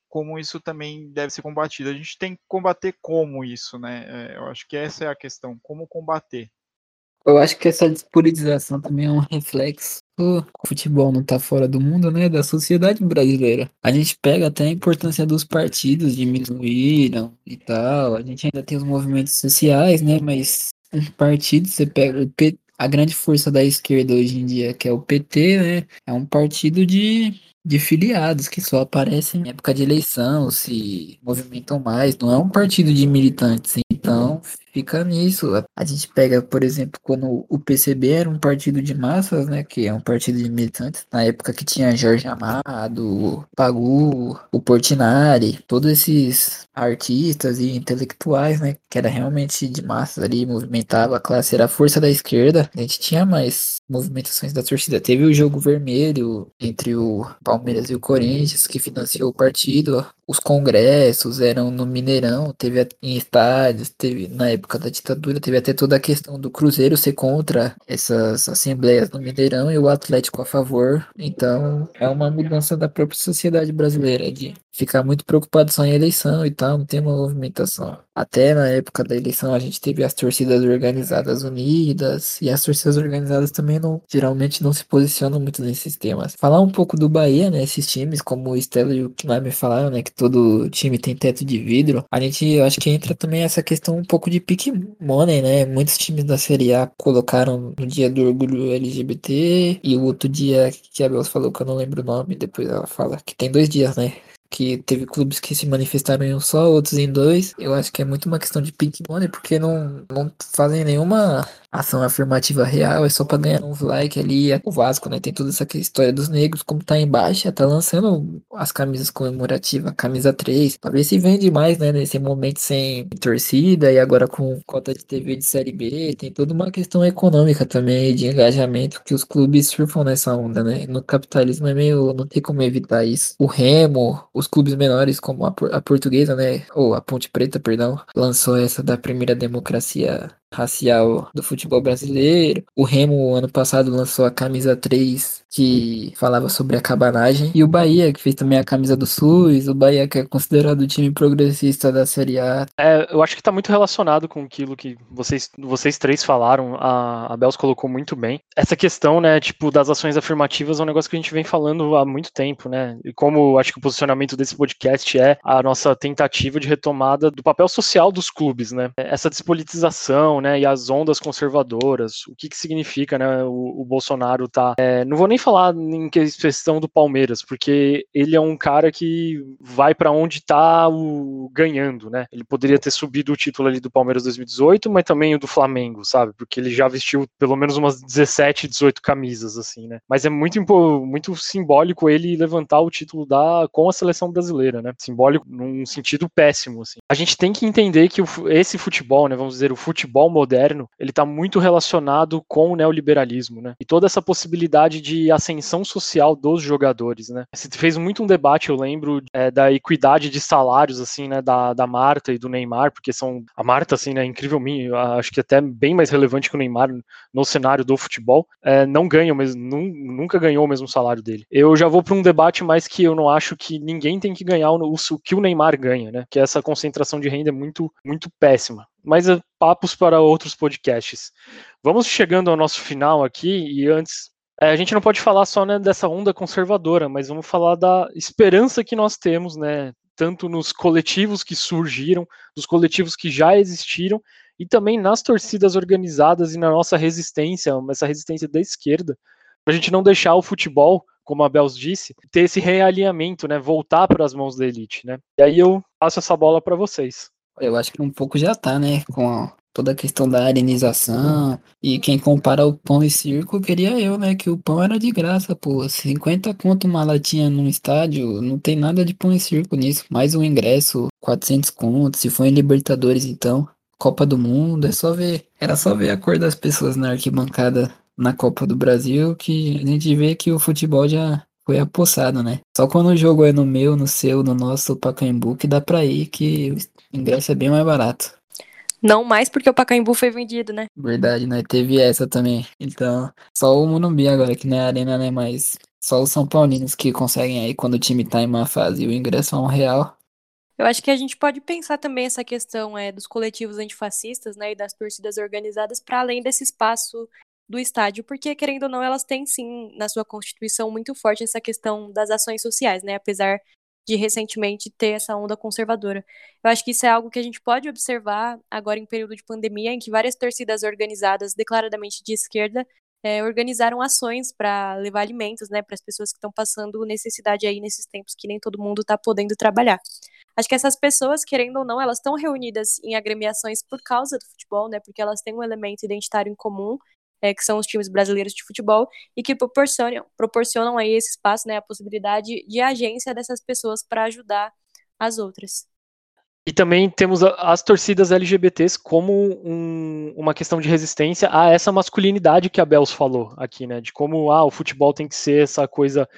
como isso também deve ser combatido. A gente tem que combater como isso, né? É, eu acho que essa é a questão, como combater. Eu acho que essa despolitização também é um reflexo. O futebol não tá fora do mundo, né? Da sociedade brasileira. A gente pega até a importância dos partidos diminuíram e tal. A gente ainda tem os movimentos sociais, né? Mas um partido, você pega o P- a grande força da esquerda hoje em dia, que é o P T, né? É um partido de, de filiados que só aparecem em época de eleição, se movimentam mais. Não é um partido de militantes. Então, fica nisso. A a gente pega, por exemplo, quando o P C B era um partido de massas, né? Que é um partido de militantes, na época que tinha Jorge Amado, Pagu, o Portinari, todos esses artistas e intelectuais, né? Que era realmente de massas ali, movimentava a classe, era a força da esquerda. A gente tinha mais movimentações da torcida. Teve o jogo vermelho entre o Palmeiras e o Corinthians, que financiou o partido. Os congressos eram no Mineirão, teve a- em estádios, teve na época da ditadura, teve até toda a questão do Cruzeiro ser contra essas assembleias no Mineirão e o Atlético a favor. Então, é uma mudança da própria sociedade brasileira de ficar muito preocupado só em eleição e tal, não tem uma movimentação. Até na época da eleição a gente teve as torcidas organizadas unidas e as torcidas organizadas também não, geralmente não se posicionam muito nesses temas. Falar um pouco do Bahia, né, esses times como o Stella e o Knaime falaram, né, que todo time tem teto de vidro. A gente, eu acho que entra também essa questão um pouco de pick money, né? Muitos times da Série A colocaram no dia do orgulho L G B T e o outro dia que a Bel falou que eu não lembro o nome, depois ela fala que tem dois dias, né? Que teve clubes que se manifestaram em um só, outros em dois. Eu acho que é muito uma questão de pick money, porque não, não fazem nenhuma ação afirmativa real, é só pra ganhar uns likes ali. O Vasco, né, tem toda essa história dos negros, como tá em baixa, tá lançando as camisas comemorativas, camisa três pra ver se vende mais, né, nesse momento sem torcida e agora com cota de T V de Série B, tem toda uma questão econômica também, de engajamento, que os clubes surfam nessa onda, né, no capitalismo é meio, não tem como evitar isso. O Remo, os clubes menores como a, Por- a Portuguesa, né, ou a Ponte Preta, perdão, lançou essa da primeira democracia racial do futebol brasileiro. O Remo, ano passado, lançou a camisa três que falava sobre a cabanagem. E o Bahia, que fez também a camisa do SUS. O Bahia, que é considerado o time progressista da Série A. É, eu acho que tá muito relacionado com aquilo que vocês, vocês três falaram, a, a Bels colocou muito bem. Essa questão, né, tipo, das ações afirmativas é um negócio que a gente vem falando há muito tempo, né, e como eu acho que o posicionamento desse podcast é a nossa tentativa de retomada do papel social dos clubes, né, essa despolitização, né, e as ondas conservadoras, o que que significa, né, o, o Bolsonaro tá, é, não vou nem falar em questão do Palmeiras, porque ele é um cara que vai pra onde tá o ganhando, né, ele poderia ter subido o título ali do Palmeiras dois mil e dezoito, mas também o do Flamengo, sabe, porque ele já vestiu pelo menos umas dezessete, dezoito camisas, assim, né, mas é muito, muito simbólico ele levantar o título da, com a seleção brasileira, né, simbólico num sentido péssimo, assim. A gente tem que entender que o, esse futebol, né, vamos dizer, o futebol moderno, ele tá muito relacionado com o neoliberalismo, né, e toda essa possibilidade de ascensão social dos jogadores, né. Se fez muito um debate, eu lembro, é, da equidade de salários, assim, né, da, da Marta e do Neymar, porque são, a Marta, assim, né, incrivelmente, acho que até bem mais relevante que o Neymar no cenário do futebol, é, não ganha o mesmo, nunca ganhou o mesmo salário dele. Eu já vou para um debate mais que eu não acho que ninguém tem que ganhar o, o que o Neymar ganha, né, que essa concentração de renda é muito, muito péssima. Mas é papos para outros podcasts. Vamos chegando ao nosso final aqui, e antes, é, a gente não pode falar só, né, dessa onda conservadora, mas vamos falar da esperança que nós temos, né, tanto nos coletivos que surgiram, dos coletivos que já existiram, e também nas torcidas organizadas e na nossa resistência, essa resistência da esquerda, para a gente não deixar o futebol, como a Bels disse, ter esse realinhamento, né, voltar para as mãos da elite, né. E aí eu passo essa bola para vocês. Eu acho que um pouco já tá, né, com a, toda a questão da arenização, e quem compara o pão e circo, queria eu, né, que o pão era de graça, pô, cinquenta conto uma latinha num estádio, não tem nada de pão e circo nisso, mais um ingresso, quatrocentos conto, se for em Libertadores então, Copa do Mundo, é só ver, era só ver a cor das pessoas na arquibancada na Copa do Brasil, que a gente vê que o futebol já foi apossado, né? Só quando o jogo é no meu, no seu, no nosso Pacaembu, que dá pra ir, que o ingresso é bem mais barato. Não mais porque o Pacaembu foi vendido, né? Verdade, né? Teve essa também. Então, só o Morumbi agora, que não é arena, né? Mas Só os São Paulinos que conseguem aí, quando o time tá em má fase, o ingresso a um real. Eu acho que a gente pode pensar também essa questão é, dos coletivos antifascistas, né, e das torcidas organizadas para além desse espaço do estádio, porque, querendo ou não, elas têm, sim, na sua constituição muito forte essa questão das ações sociais, né, apesar de recentemente ter essa onda conservadora. Eu acho que isso é algo que a gente pode observar agora em período de pandemia, em que várias torcidas organizadas, declaradamente de esquerda, é, organizaram ações para levar alimentos, né, para as pessoas que estão passando necessidade aí nesses tempos que nem todo mundo está podendo trabalhar. Acho que essas pessoas, querendo ou não, elas estão reunidas em agremiações por causa do futebol, né? Porque elas têm um elemento identitário em comum, é, que são os times brasileiros de futebol, e que proporcionam, proporcionam aí esse espaço, né? A possibilidade de agência dessas pessoas para ajudar as outras. E também temos as torcidas L G B Ts como um, uma questão de resistência a essa masculinidade que a Bels falou aqui, né? De como ah, o futebol tem que ser essa coisa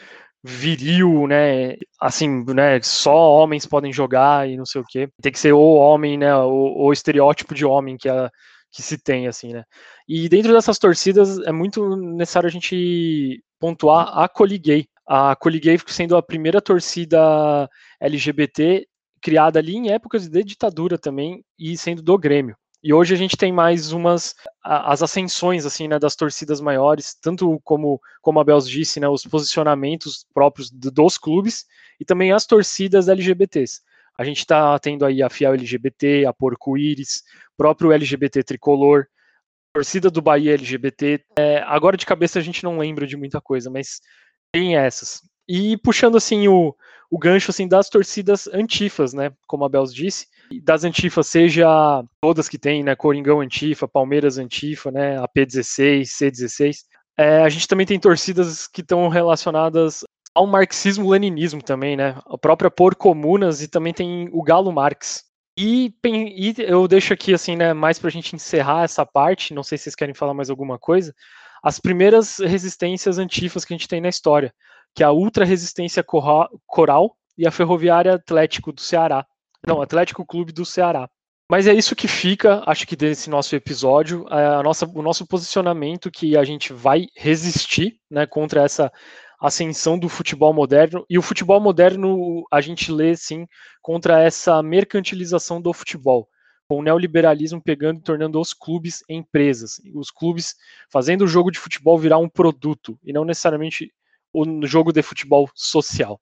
viril, né, assim, né, só homens podem jogar e não sei o quê. Tem que ser o homem, né, o, o estereótipo de homem que, a, que se tem, assim, né. E dentro dessas torcidas é muito necessário a gente pontuar a Coliguei. A Coliguei sendo a primeira torcida L G B T criada ali em épocas de ditadura também e sendo do Grêmio. E hoje a gente tem mais umas as ascensões assim, né, das torcidas maiores, tanto como como a Bels disse, né, os posicionamentos próprios dos clubes e também as torcidas L G B Ts. A gente está tendo aí a Fiel L G B T, a Porco-Íris, próprio L G B T Tricolor, torcida do Bahia L G B T. É, agora de cabeça a gente não lembra de muita coisa, mas tem essas. E puxando assim o, o gancho assim das torcidas antifas, né, como a Bels disse, das antifas, seja todas que tem, né, Coringão Antifa, Palmeiras Antifa, né, a P dezesseis, C dezesseis, é, a gente também tem torcidas que estão relacionadas ao marxismo-leninismo também, né, a própria Porcomunas e também tem o Galo Marx. E, e eu deixo aqui, assim, né, mais pra gente encerrar essa parte, não sei se vocês querem falar mais alguma coisa, as primeiras resistências antifas que a gente tem na história, que é a Ultra Resistência Coral e a Ferroviária Atlético do Ceará. Não, Atlético Clube do Ceará. Mas é isso que fica, acho que desse nosso episódio, a nossa, o nosso posicionamento que a gente vai resistir, né, contra essa ascensão do futebol moderno. E o futebol moderno a gente lê, sim, contra essa mercantilização do futebol, com o neoliberalismo pegando e tornando os clubes empresas, os clubes fazendo o jogo de futebol virar um produto, e não necessariamente o jogo de futebol social.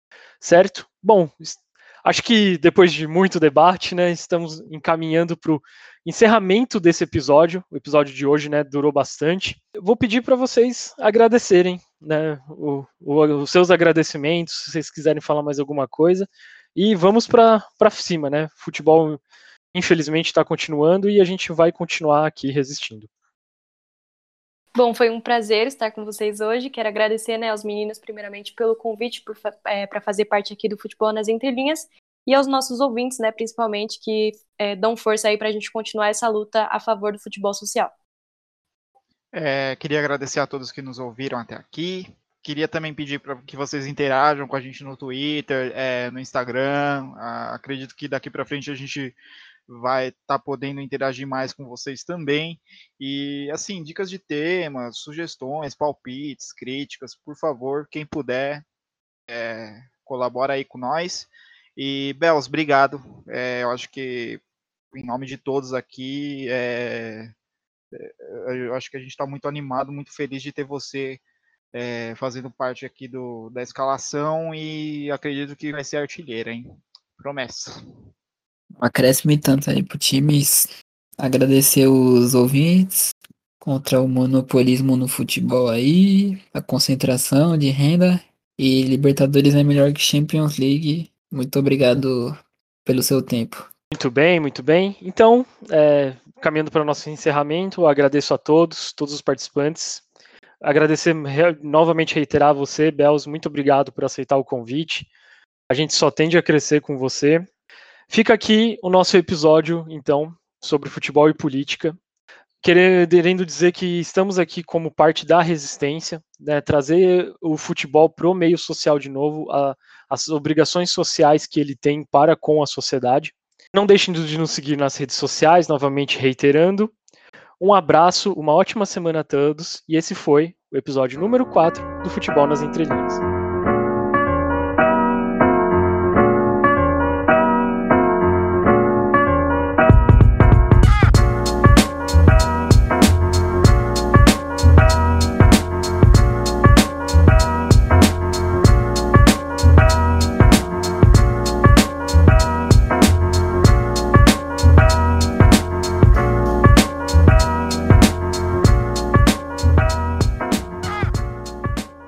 Certo? Bom, acho que depois de muito debate, né, estamos encaminhando para o encerramento desse episódio. O episódio de hoje, né, durou bastante. Eu vou pedir para vocês agradecerem, né, o, o, os seus agradecimentos, se vocês quiserem falar mais alguma coisa. E vamos para cima, né? Futebol, infelizmente, está continuando e a gente vai continuar aqui resistindo. Bom, foi um prazer estar com vocês hoje. Quero agradecer, né, aos meninos, primeiramente, pelo convite é, para fazer parte aqui do Futebol nas Entrelinhas e aos nossos ouvintes, né, principalmente, que é, dão força aí para a gente continuar essa luta a favor do futebol social. É, queria agradecer a todos que nos ouviram até aqui. Queria também pedir para que vocês interajam com a gente no Twitter, é, no Instagram. Ah, acredito que daqui para frente a gente vai estar tá podendo interagir mais com vocês também. E, assim, dicas de temas, sugestões, palpites, críticas, por favor, quem puder, é, colabora aí com nós. E, Bels, obrigado. É, eu acho que, em nome de todos aqui, é, eu acho que a gente está muito animado, muito feliz de ter você é, fazendo parte aqui do, da escalação e acredito que vai ser artilheira, hein? Promessa. Um acréscimo e tanto aí pro time. Agradecer os ouvintes contra o monopolismo no futebol aí, a concentração de renda, e Libertadores é melhor que Champions League. Muito obrigado pelo seu tempo. Muito bem, muito bem. Então, é, caminhando para o nosso encerramento, agradeço a todos, todos os participantes. Agradecer, novamente reiterar a você, Bels, muito obrigado por aceitar o convite. A gente só tende a crescer com você. Fica aqui o nosso episódio, então, sobre futebol e política. Querendo dizer que estamos aqui como parte da resistência, né, trazer o futebol para o meio social de novo, a, as obrigações sociais que ele tem para com a sociedade. Não deixem de nos seguir nas redes sociais, novamente reiterando. Um abraço, uma ótima semana a todos, e esse foi o episódio número quatro do futebol nas entrelinhas.